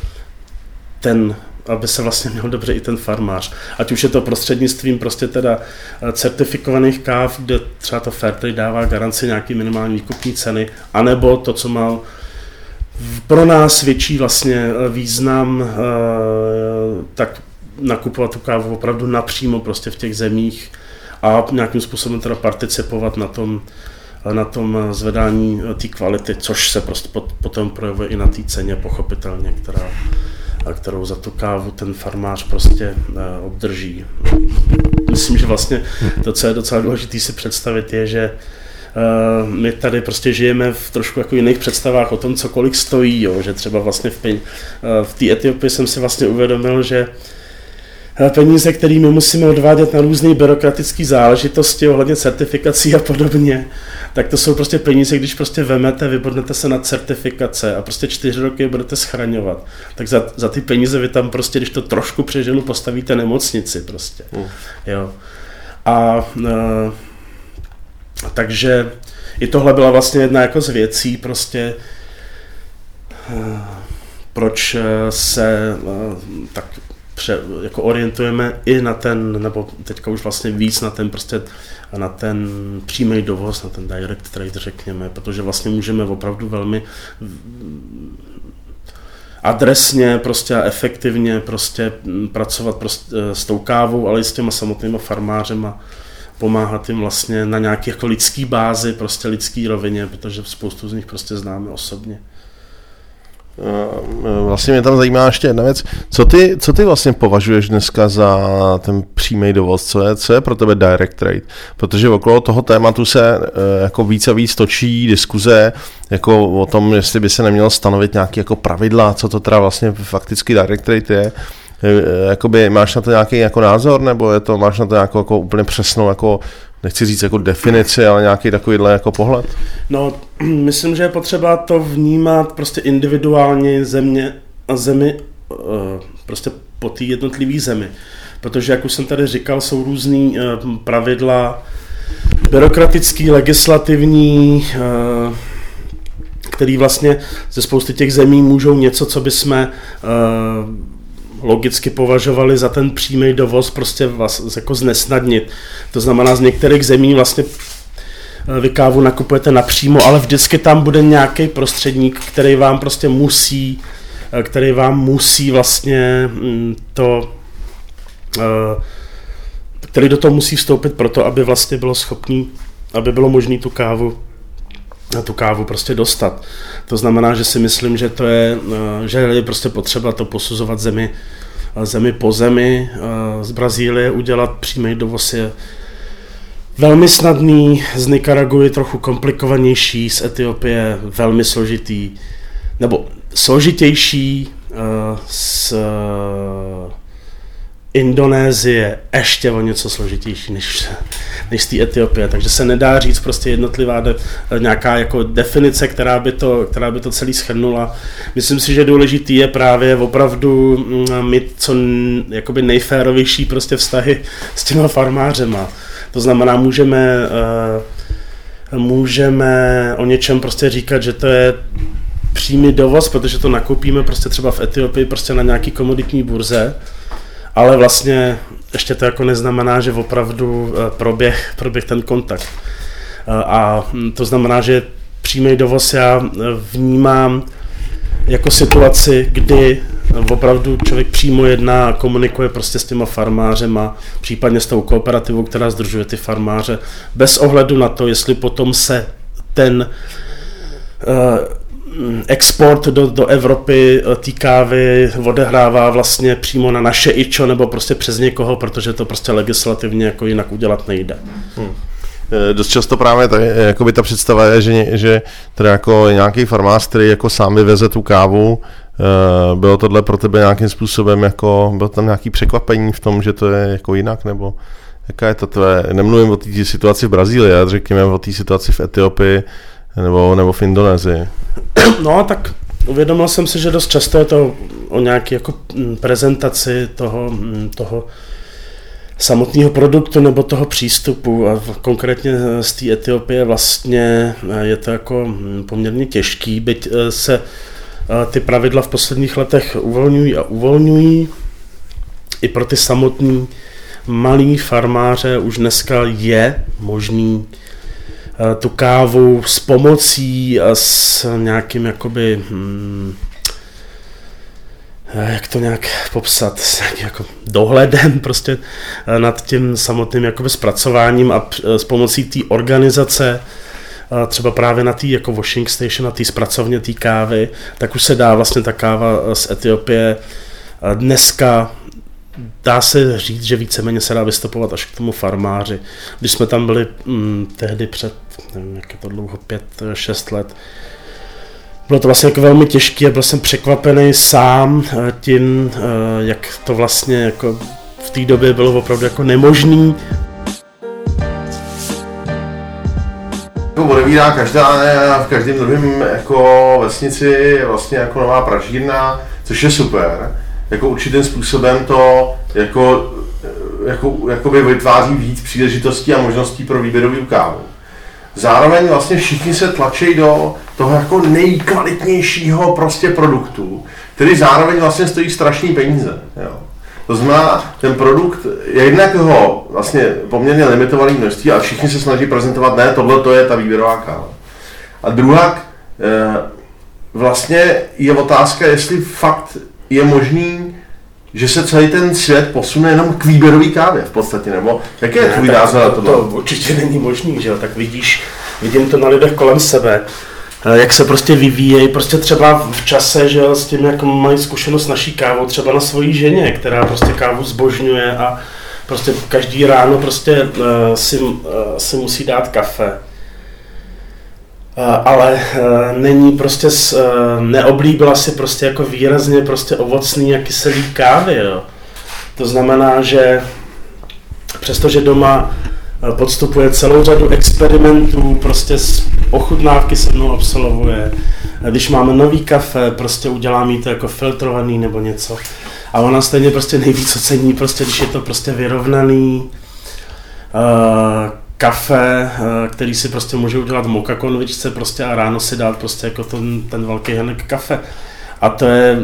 se vlastně měl dobře i ten farmář. Ať už je to prostřednictvím prostě teda certifikovaných káv, kde třeba to Fairtrade dává garanci nějaký minimální výkupní ceny, anebo to, co má pro nás větší vlastně význam, tak nakupovat tu kávu opravdu napřímo prostě v těch zemích a nějakým způsobem teda participovat na tom zvedání té kvality, což se prostě potom projevuje i na té ceně pochopitelně, kterou za tu kávu ten farmář prostě obdrží. Myslím, že vlastně to, co je docela důležité si představit, je, že my tady prostě žijeme v trošku jako jiných představách o tom, co kolik stojí, jo? Že třeba vlastně v té Etiopii jsem si vlastně uvědomil, že peníze, které my musíme odvádět na různé byrokratické záležitosti ohledně certifikací a podobně, tak to jsou prostě peníze, když prostě vybodnete se na certifikace a prostě 4 roky budete schraňovat, tak za ty peníze vy tam prostě, když to trošku přeženu, postavíte nemocnici prostě. Jo. Takže i tohle byla vlastně jedna jako z věcí prostě, proč se tak jako orientujeme i na ten, nebo teďka už vlastně víc na ten přímý dovoz, na ten direct trade, řekněme, protože vlastně můžeme opravdu velmi adresně prostě a efektivně prostě pracovat prostě s tou kávou, ale i s těma samotnýma farmářema, pomáhat jim vlastně na nějaké jako lidský bázi, prostě lidský rovině, protože spoustu z nich prostě známe osobně. Vlastně mě tam zajímá ještě jedna věc. Co ty vlastně považuješ dneska za ten přímý dovoz? Co je pro tebe direct trade? Protože okolo toho tématu se jako víc a víc točí diskuze jako o tom, jestli by se nemělo stanovit nějaké jako pravidla, co to teda vlastně fakticky direct trade je. Jakoby, máš na to nějaký jako názor, nebo máš na to nějakou jako úplně přesnou, jako, nechci říct jako definici, ale nějaký takovýhle jako pohled? No, myslím, že je potřeba to vnímat prostě individuálně zemi prostě po té jednotlivé zemi. Protože, jak už jsem tady říkal, jsou různý pravidla byrokratický, legislativní, který vlastně ze spousty těch zemí můžou něco, co bychom logicky považovali za ten přímý dovoz, prostě jako znesnadnit. To znamená, z některých zemí vlastně vy kávu nakupujete napřímo, ale vždycky tam bude nějaký prostředník, který vám prostě musí vlastně který do toho musí vstoupit proto, aby vlastně bylo schopný, aby bylo možné tu kávu prostě dostat. To znamená, že si myslím, že že je prostě potřeba to posuzovat zemi po zemi. Z Brazílie udělat přímý dovoz je velmi snadný, z Nikaraguy trochu komplikovanější, z Etiopie velmi složitý, nebo složitější, z Indonésie ještě o něco složitější než z té Etiopie, takže se nedá říct prostě jednotlivá nějaká jako definice, která by to celý shrnula. Myslím si, že důležitý je právě opravdu mít co jakoby nejférovější prostě vztahy s těma farmářema. To znamená, můžeme o něčem prostě říkat, že to je přímý dovoz, protože to nakoupíme prostě třeba v Etiopii prostě na nějaký komoditní burze, ale vlastně ještě to jako neznamená, že opravdu proběh ten kontakt. A to znamená, že přímý dovoz já vnímám jako situaci, kdy opravdu člověk přímo jedná a komunikuje prostě s těma farmářema, případně s tou kooperativou, která sdružuje ty farmáře, bez ohledu na to, jestli potom se ten export do Evropy té kávy odehrává vlastně přímo na naše ičo nebo prostě přes někoho, protože to prostě legislativně jako jinak udělat nejde. Dost často právě jakoby ta představa je, že teda jako nějaký farmář, který jako sám vyveze tu kávu, bylo tohle pro tebe nějakým způsobem jako, bylo tam nějaký překvapení v tom, že to je jako jinak, nebo jaká je to tvé, nemluvím o té situaci v Brazílii, ale řekněme o té situaci v Etiopii nebo v Indonésii. No tak uvědomil jsem si, že dost často je to o nějaké jako prezentaci toho samotného produktu nebo toho přístupu a konkrétně z té Etiopie vlastně je to jako poměrně těžký, byť se ty pravidla v posledních letech uvolňují. I pro ty samotný malý farmáře už dneska je možný tu kávu s pomocí a s nějakým jakoby, jak to nějak popsat, s nějakým jako dohledem prostě nad tím samotným jakoby zpracováním a s pomocí té organizace, třeba právě na té jako washing station, na té zpracovně té kávy, tak už se dá vlastně ta káva z Etiopie dneska, dá se říct, že víceméně se dá vystupovat až k tomu farmáři. Když jsme tam byli tehdy před, nevím, jak je to dlouho, 5-6 let, bylo to vlastně jako velmi těžké a byl jsem překvapený sám tím, jak to vlastně jako v té době bylo opravdu jako nemožný. Odevírá v každém druhém jako vesnici vlastně jako nová pražírna, což je super. Jako určitým způsobem to jakoby vytváří víc příležitostí a možností pro výběrovou kávu. Zároveň vlastně všichni se tlačí do toho jako nejkvalitnějšího prostě produktu, který zároveň vlastně stojí strašný peníze. Jo. To znamená, ten produkt je jednak ho vlastně poměrně limitovaný množství, ale všichni se snaží prezentovat, ne, tohle to je ta výběrová káva. A druhá, vlastně je otázka, jestli fakt je možný, že se celý ten svět posune jenom k výběrový kávě v podstatě, nebo jaký je tvůj názor na to? To určitě není možný, že jo, tak vidím to na lidech kolem sebe, jak se prostě vyvíjejí, prostě třeba v čase, že jo, s tím, jak mají zkušenost naší kávou, třeba na svojí ženě, která prostě kávu zbožňuje a prostě každý ráno prostě si musí dát kafe. Ale není prostě, neoblíbila si prostě jako výrazně prostě ovocný a kyselý kávy, jo. To znamená, že přestože doma podstupuje celou řadu experimentů, prostě ochutnávky se mnou absolvuje. Když máme nový kafe, prostě udělám jí to jako filtrovaný nebo něco. A ona stejně prostě nejvíc ocení, prostě, když je to prostě vyrovnaný kafe, který si prostě může udělat v moka konvičce prostě a ráno si dát prostě jako ten velký hrnek kafe. A to je,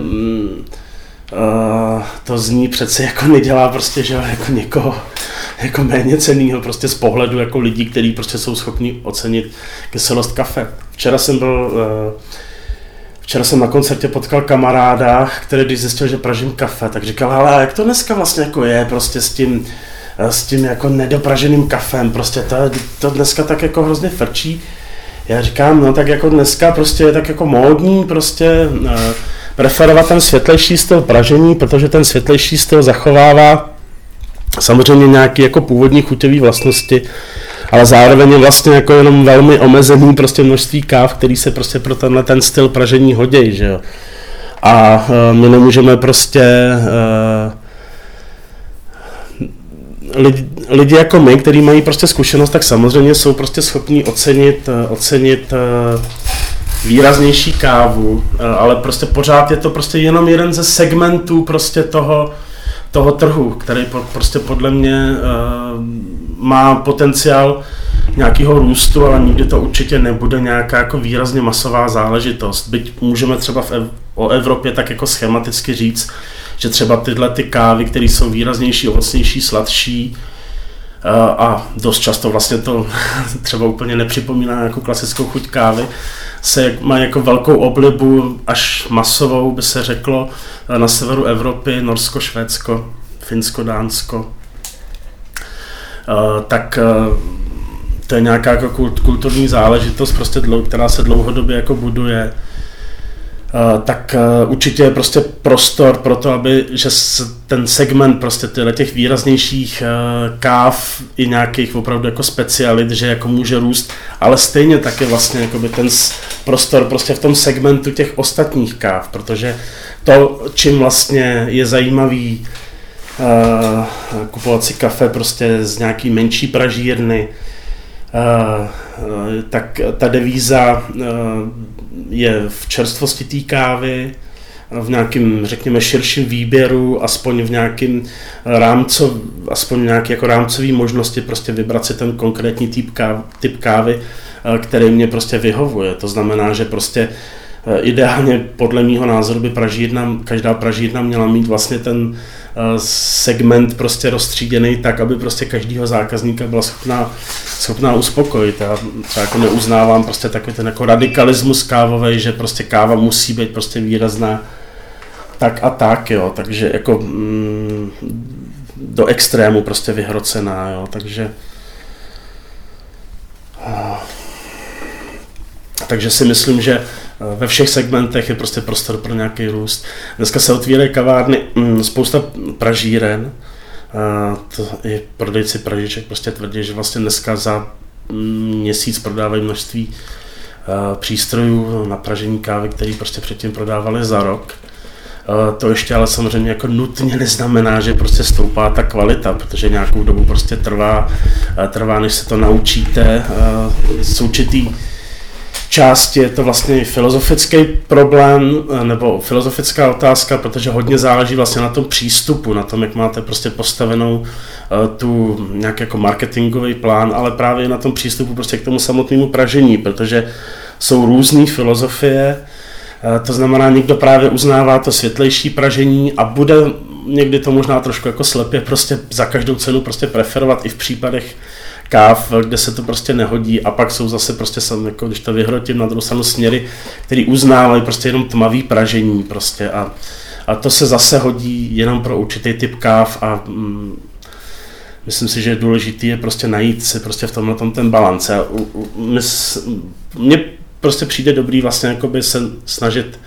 to z ní přece jako nedělá prostě, že jako někoho jako méně cennýho prostě z pohledu jako lidí, kteří prostě jsou schopni ocenit kyselost kafe. Včera jsem na koncertě potkal kamaráda, který když zjistil, že pražím kafe, tak říkal, ale jak to dneska vlastně jako je prostě s tím jako nedopraženým kafem, prostě to dneska tak jako hrozně frčí. Já říkám, no tak jako dneska prostě je tak jako módní prostě preferovat ten světlejší styl pražení, protože ten světlejší styl zachovává samozřejmě nějaké jako původní chuťové vlastnosti, ale zároveň je vlastně jako jenom velmi omezený prostě množství káv, který se prostě pro tenhle ten styl pražení hodí, že jo. A my nemůžeme prostě lidi jako my, kteří mají prostě zkušenost, tak samozřejmě jsou prostě schopní ocenit výraznější kávu, ale prostě pořád je to prostě jenom jeden ze segmentů prostě toho trhu, který prostě podle mě má potenciál nějakého růstu, ale nikdy to určitě nebude nějaká jako výrazně masová záležitost. Byť můžeme třeba o Evropě tak jako schematicky říct, že třeba tyhle ty kávy, které jsou výraznější, ovocnější, sladší, a dost často vlastně to třeba úplně nepřipomíná jako klasickou chuť kávy, má jako velkou oblibu, až masovou by se řeklo, na severu Evropy, Norsko, Švédsko, Finsko, Dánsko. Tak to je nějaká jako kulturní záležitost, prostě která se dlouhodobě jako buduje. Tak určitě je prostě prostor pro to, aby že ten segment prostě těch výraznějších káv i nějakých opravdu jako specialit, že jako může růst, ale stejně tak je vlastně jakoby ten prostor prostě v tom segmentu těch ostatních káv, protože to, čím vlastně je zajímavý kupovat si kafe prostě z nějaký menší pražírny, tak ta devíza je v čerstvosti té kávy, v nějakém, řekněme, širším výběru, aspoň v nějakém aspoň nějaké jako rámcové možnosti prostě vybrat si ten konkrétní typ kávy, který mě prostě vyhovuje. To znamená, že prostě ideálně podle mýho názoru by každá pražírna měla mít vlastně ten segment prostě rozstříděný tak, aby prostě každýho zákazníka byla schopná uspokojit. Já třeba jako neuznávám prostě takový ten jako radikalismus kávovej, že prostě káva musí být prostě výrazná tak a tak, jo, takže jako do extrému prostě vyhrocená, jo, takže si myslím, že ve všech segmentech je prostě prostor pro nějaký růst. Dneska se otvírají kavárny, spousta pražíren, i prodejci pražiček prostě tvrdí, že vlastně dneska za měsíc prodávají množství přístrojů na pražení kávy, které prostě předtím prodávali za rok. To ještě ale samozřejmě jako nutně neznamená, že prostě stoupá ta kvalita, protože nějakou dobu prostě trvá, než se to naučíte. Z určitý části je to vlastně filozofický problém nebo filozofická otázka, protože hodně záleží vlastně na tom přístupu, na tom, jak máte prostě postavenou tu nějaký jako marketingový plán, ale právě na tom přístupu prostě k tomu samotnému pražení, protože jsou různé filozofie. To znamená, někdo právě uznává to světlejší pražení a bude někdy to možná trošku jako slepě prostě za každou cenu prostě preferovat i v případech káv, kde se to prostě nehodí, a pak jsou zase prostě jako když to vyhrotím na druhou stranu směry, který uznávají prostě jenom tmavý pražení prostě a to se zase hodí jenom pro určitý typ káv a myslím si, že důležitý je prostě najít si prostě v tomhle ten balans. Mně prostě přijde dobrý vlastně jakoby se snažit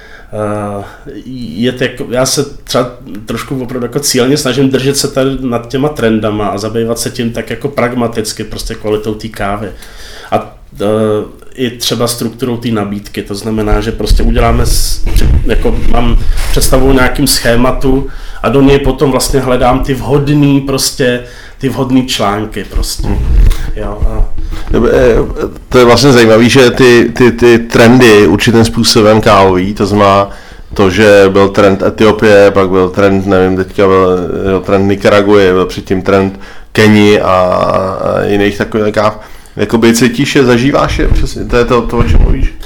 já se třeba trošku opravdu jako cíleně snažím držet se tady nad těma trendama a zabývat se tím tak jako pragmaticky prostě kvalitou té kávy. A i třeba strukturou té nabídky, to znamená, že prostě uděláme, jako mám představu o nějakým schématu a do něj potom vlastně hledám ty vhodný články prostě. Jo, To je vlastně zajímavé, že ty trendy určitým způsobem kávový, to znamená to, že byl trend Etiopie, pak byl trend, nevím, teďka byl trend Nikaraguji, byl předtím trend Keni a jiných takových káv. Jakoby cítíš je, zažíváš je, přesně, to je to, o čem mluvíš?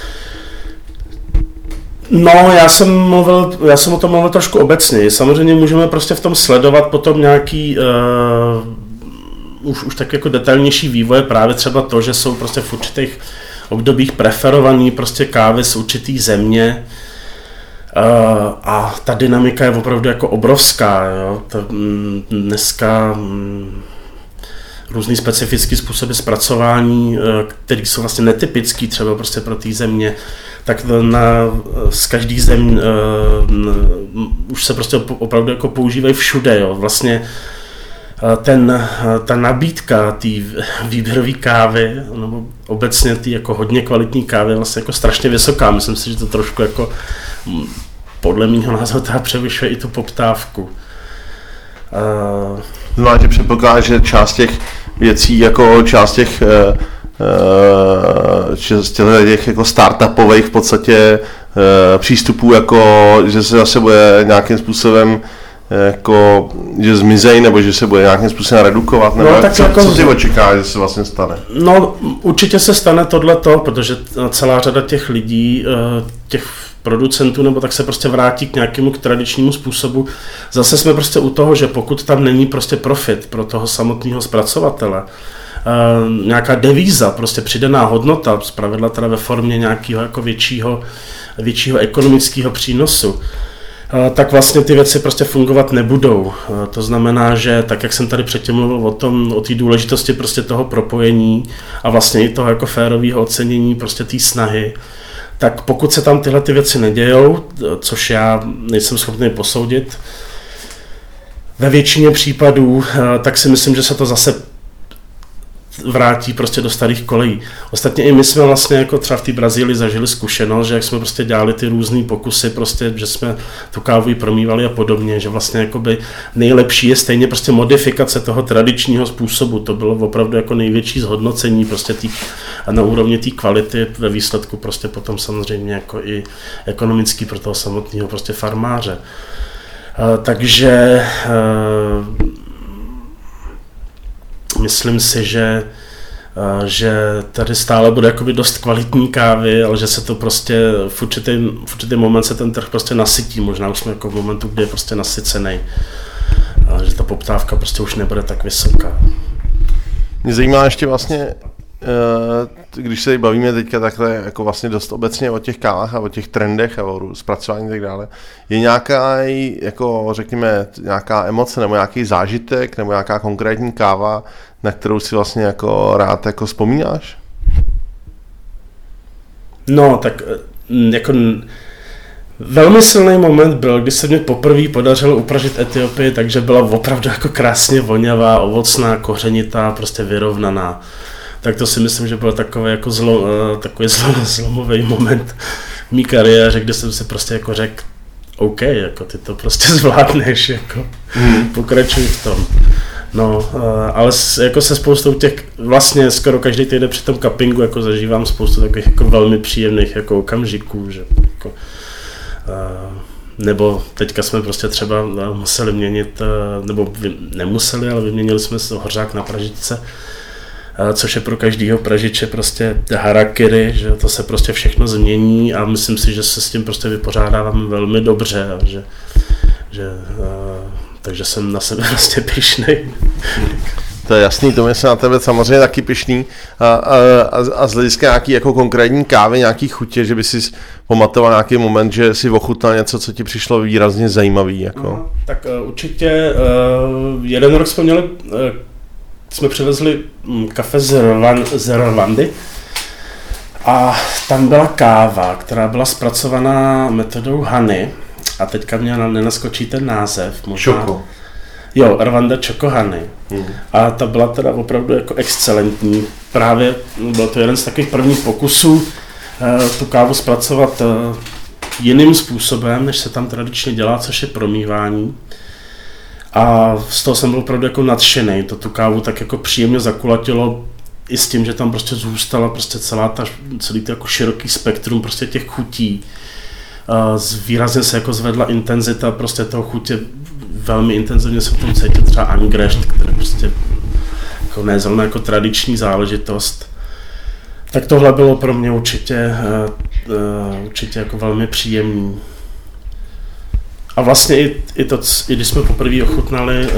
No, já jsem o tom mluvil trošku obecně. Samozřejmě můžeme prostě v tom sledovat potom nějaký už tak jako detailnější vývoje, právě třeba to, že jsou prostě v určitých obdobích preferovaný prostě kávy z určitý země a ta dynamika je opravdu jako obrovská, jo. Dneska různý specifický způsoby zpracování, které jsou vlastně netypický třeba prostě pro té země, tak z každý země už se prostě opravdu jako používají všude, jo. Vlastně ta nabídka té výběrové kávy, nebo obecně té jako hodně kvalitní kávy je vlastně jako strašně vysoká. Myslím si, že to trošku jako podle mého názoru převyšuje i tu poptávku. Znamená, předpokládá, že část těch věcí, jako část těch jako startupových v podstatě přístupů, jako že se zase bude nějakým způsobem jako, že zmizej, nebo že se bude nějakým způsobem redukovat, nebo no, tak co ty očekáváš, že se vlastně stane? No, určitě se stane tohleto, protože celá řada těch lidí, těch producentů, nebo tak se prostě vrátí k nějakému tradičnímu způsobu. Zase jsme prostě u toho, že pokud tam není prostě profit pro toho samotného zpracovatele, nějaká devíza, prostě přidaná hodnota, zpravidla teda ve formě nějakého jako většího ekonomického přínosu, tak vlastně ty věci prostě fungovat nebudou. To znamená, že tak, jak jsem tady předtím mluvil o té důležitosti prostě toho propojení a vlastně i toho jako férového ocenění prostě té snahy, tak pokud se tam tyhle ty věci nedějou, což já nejsem schopný posoudit, ve většině případů, tak si myslím, že se to zase vrátí prostě do starých kolejí. Ostatně i my jsme vlastně jako třeba v té Brazílii zažili zkušenost, že jak jsme prostě dělali ty různý pokusy, prostě, že jsme tu kávu promývali a podobně, že vlastně jakoby nejlepší je stejně prostě modifikace toho tradičního způsobu. To bylo opravdu jako největší zhodnocení prostě na úrovni té kvality, ve výsledku prostě potom samozřejmě jako i ekonomický pro toho samotného prostě farmáře. Takže myslím si, že tady stále bude jakoby dost kvalitní kávy, ale že se to prostě v určitý moment se ten trh prostě nasytí. Možná už jsme jako v momentu, kdy je prostě nasycený. Že ta poptávka prostě už nebude tak vysoká. Mě zajímá ještě vlastně, když se bavíme teďka takhle jako vlastně dost obecně o těch kávách a o těch trendech a o zpracování a tak dále, je nějaká, jako řekněme, nějaká emoce nebo nějaký zážitek nebo nějaká konkrétní káva, na kterou si vlastně jako rád jako vzpomínáš? No, tak jako velmi silný moment byl, když se mi poprvé podařilo upražit Etiopii, takže byla opravdu jako krásně voňavá, ovocná, kořenitá, prostě vyrovnaná. Tak to si myslím, že byl takový jako zlomový moment v mý kariéře, kde jsem si prostě jako řekl, OK, jako ty to prostě zvládneš, jako pokračuj v tom. No, ale jako se spoustou těch, vlastně skoro každý týden při tom cuppingu jako zažívám spoustu takových jako velmi příjemných jako okamžiků, že jako, nebo teďka jsme prostě třeba museli měnit, nebo nemuseli, ale vyměnili jsme hořák na pražičce, což je pro každého pražiče prostě harakiri, že to se prostě všechno změní a myslím si, že se s tím prostě vypořádáváme velmi dobře, takže jsem na sebe vlastně pyšnej. To je jasný, to jsem na tebe samozřejmě taky pyšný a z hlediska nějaký jako konkrétní kávy, nějaký chutě, že by si pamatoval nějaký moment, že si ochutnal něco, co ti přišlo výrazně zajímavý. Jako. No, tak určitě jeden rok jsme přivezli kafe z Rwandy a tam byla káva, která byla zpracovaná metodou Honey a teďka mě nenaskočí ten název. Choco. Jo, Rwanda Choco Honey. A ta byla teda opravdu jako excelentní. Právě byl to jeden z takových prvních pokusů tu kávu zpracovat jiným způsobem, než se tam tradičně dělá, což je promývání. A z toho jsem byl opravdu jako nadšený. To tu kávu tak jako příjemně zakulatilo i s tím, že tam prostě zůstala prostě celý to jako široký spektrum prostě těch chutí. Výrazně se jako zvedla intenzita prostě toho chutě, velmi intenzivně se v tom cítil třeba Angrecht, který prostě jako nezrovna jako tradiční záležitost. Tak tohle bylo pro mě určitě jako velmi příjemný. A vlastně i když jsme poprvé ochutnali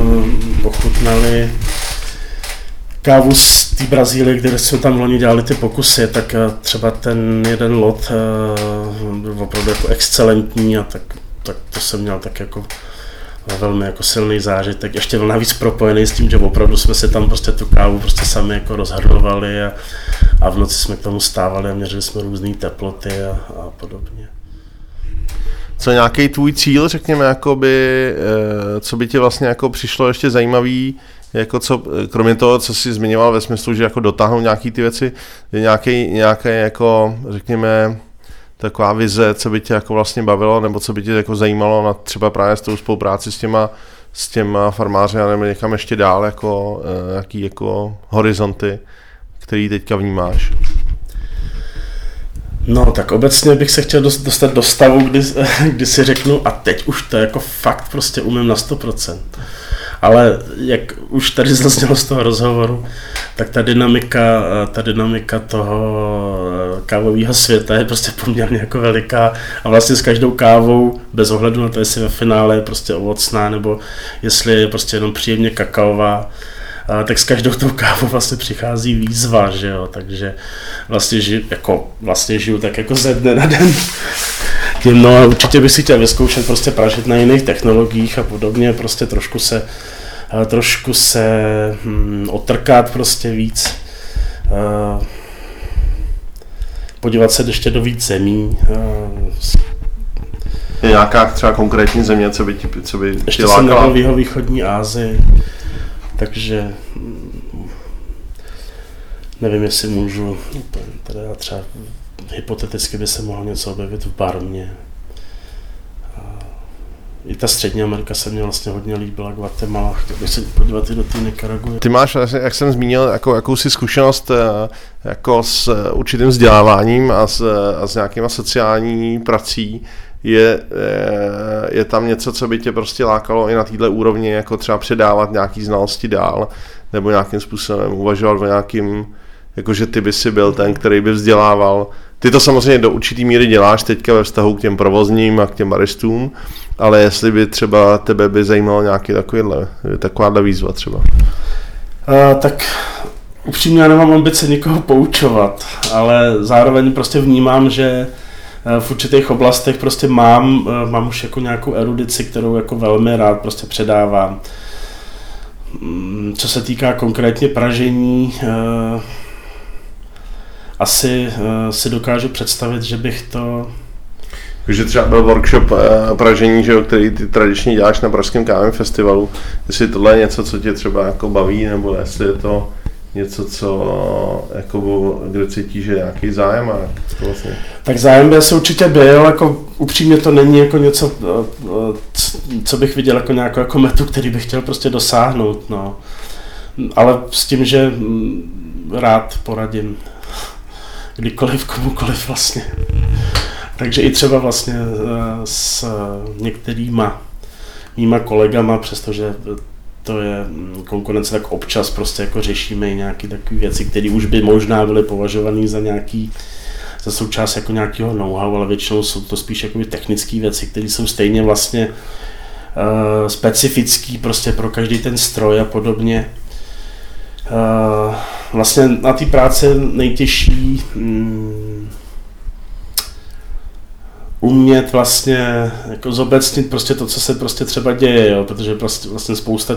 kávu z té Brazílie, kde jsme tam loni dělali ty pokusy, tak třeba ten jeden lot byl opravdu jako excelentní a tak to jsem měl tak jako velmi jako silný zážitek. Ještě byl navíc propojený s tím, že opravdu jsme si tam prostě tu kávu prostě sami jako rozhrnovali a v noci jsme k tomu stávali a měřili jsme různé teploty a podobně. Co nějaký tvůj cíl, řekněme, jakoby, co by ti vlastně jako přišlo ještě zajímavý, jako co, kromě toho, co jsi zmiňoval ve smyslu, že jako dotáhnout nějaký ty věci, je nějaké jako, řekněme, taková vize, co by tě jako vlastně bavilo, nebo co by tě jako zajímalo na třeba právě s tou spolupráci s těma farmáři, nebo někam ještě dál, jako jaký jako horizonty, který teďka vnímáš? No, tak obecně bych se chtěl dostat do stavu, kdy si řeknu a teď už to jako fakt prostě umím na 100%. Ale jak už tady zaznělo z toho rozhovoru, tak ta dynamika toho kávového světa je prostě poměrně jako veliká a vlastně s každou kávou, bez ohledu na to, jestli ve finále je prostě ovocná nebo jestli je prostě jenom příjemně kakaová, tak s každou tou kávou vlastně přichází výzva, že jo, takže vlastně žiju tak jako ze dne na den. No a určitě bych si chtěl vyzkoušet prostě pražit na jiných technologiích a podobně, prostě trošku se otrkat prostě víc, podívat se ještě do víc zemí. Je nějaká třeba konkrétní země, co by ti ještě lákala? Jsem nebyl v jihovýchodní Asii, takže nevím, jestli můžu, teda třeba hypoteticky by se mohlo něco objevit v Barmě. I ta Střední Amerika se mně vlastně hodně líbila, Guatemala, chtěl bych se podívat i do té Nikaraguy. Ty máš, jak jsem zmínil, jakousi zkušenost jako s určitým vzděláváním a s nějakýma sociální prací. Je tam něco, co by tě prostě lákalo i na této úrovni, jako třeba předávat nějaký znalosti dál, nebo nějakým způsobem uvažovat o nějakým, jakože ty by si byl ten, který by vzdělával. Ty to samozřejmě do určitý míry děláš teďka ve vztahu k těm provozním a k těm baristům, ale jestli by třeba tebe by zajímalo nějaký takováhle výzva třeba. Tak upřímně já nemám ambice někoho poučovat, ale zároveň prostě vnímám, že v určitých oblastech prostě mám už jako nějakou erudici, kterou jako velmi rád prostě předávám. Co se týká konkrétně pražení, asi si dokážu představit, že bych to... Takže třeba byl workshop pražení, že jo, který ty tradičně děláš na Pražském kávovém festivalu. Jestli tohle je něco, co tě třeba jako baví, nebo jestli je to něco, co jako, kde cítíš, že je nějaký zájem a to vlastně... Tak zájem by asi určitě byl, jako upřímně to není jako něco, co bych viděl jako nějakou jako metu, který bych chtěl prostě dosáhnout, no. Ale s tím, že rád poradím kdykoliv, komukoliv vlastně. Takže i třeba vlastně s některýma mýma kolegama, přestože to je konkurence, tak občas prostě jako řešíme i nějaké takové věci, které už by možná byly považované za součást jako nějakého know-how, ale většinou jsou to spíš jako technické věci, které jsou stejně vlastně specifický prostě pro každý ten stroj a podobně. Vlastně na té práci je nejtěžší umět vlastně jako zobecnit prostě to, co se prostě třeba děje, jo, protože prostě vlastně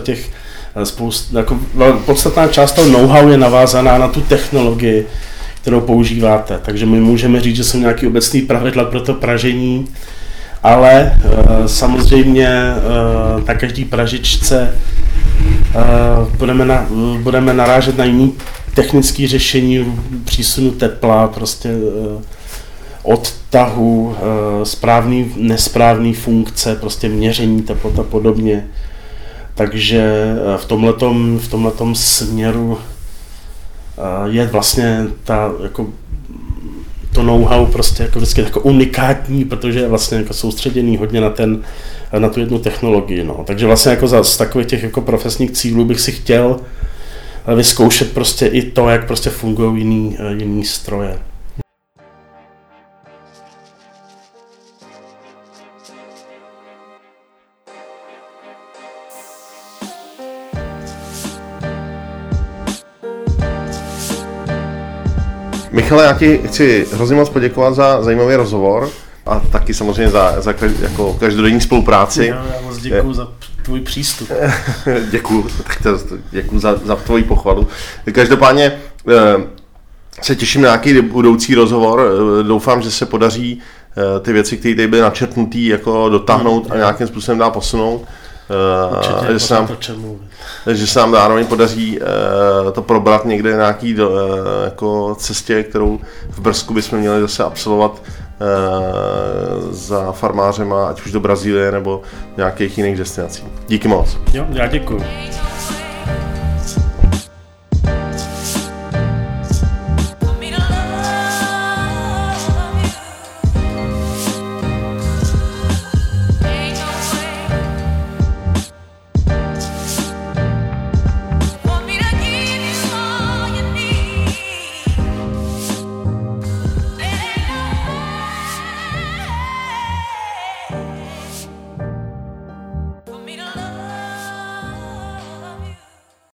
podstatná část toho know-how je navázaná na tu technologii, kterou používáte, takže my můžeme říct, že jsou nějaké obecné pravidla pro to pražení, ale samozřejmě na každý pražičce budeme narážet na jiný technické řešení přísunu tepla, prostě odtahu, správný, nesprávný funkce, prostě měření teplot a podobně. Takže v tomhletom směru je vlastně to know-how prostě jako vždycky jako unikátní, protože je vlastně jako soustředěný hodně na tu jednu technologii. No. Takže vlastně jako z takových těch jako profesních cílů bych si chtěl vyzkoušet prostě i to, jak prostě fungují jiný stroje. Michale, já ti chci hrozně moc poděkovat za zajímavý rozhovor a taky samozřejmě za jako každodenní spolupráci. Já moc děkuju za tvůj přístup. Děkuju za tvoji pochvalu. Každopádně se těším na nějaký budoucí rozhovor. Doufám, že se podaří ty věci, které tady byly načrtnutý, jako dotáhnout a nějakým způsobem dá posunout. Že se nám zároveň podaří to probrat někde na nějaký jako cestě, kterou v Brzku bychom měli zase absolvovat za farmářema, ať už do Brazílie nebo nějakých jiných destinací. Díky moc. Jo, já děkuji. Want me to give you all me to love.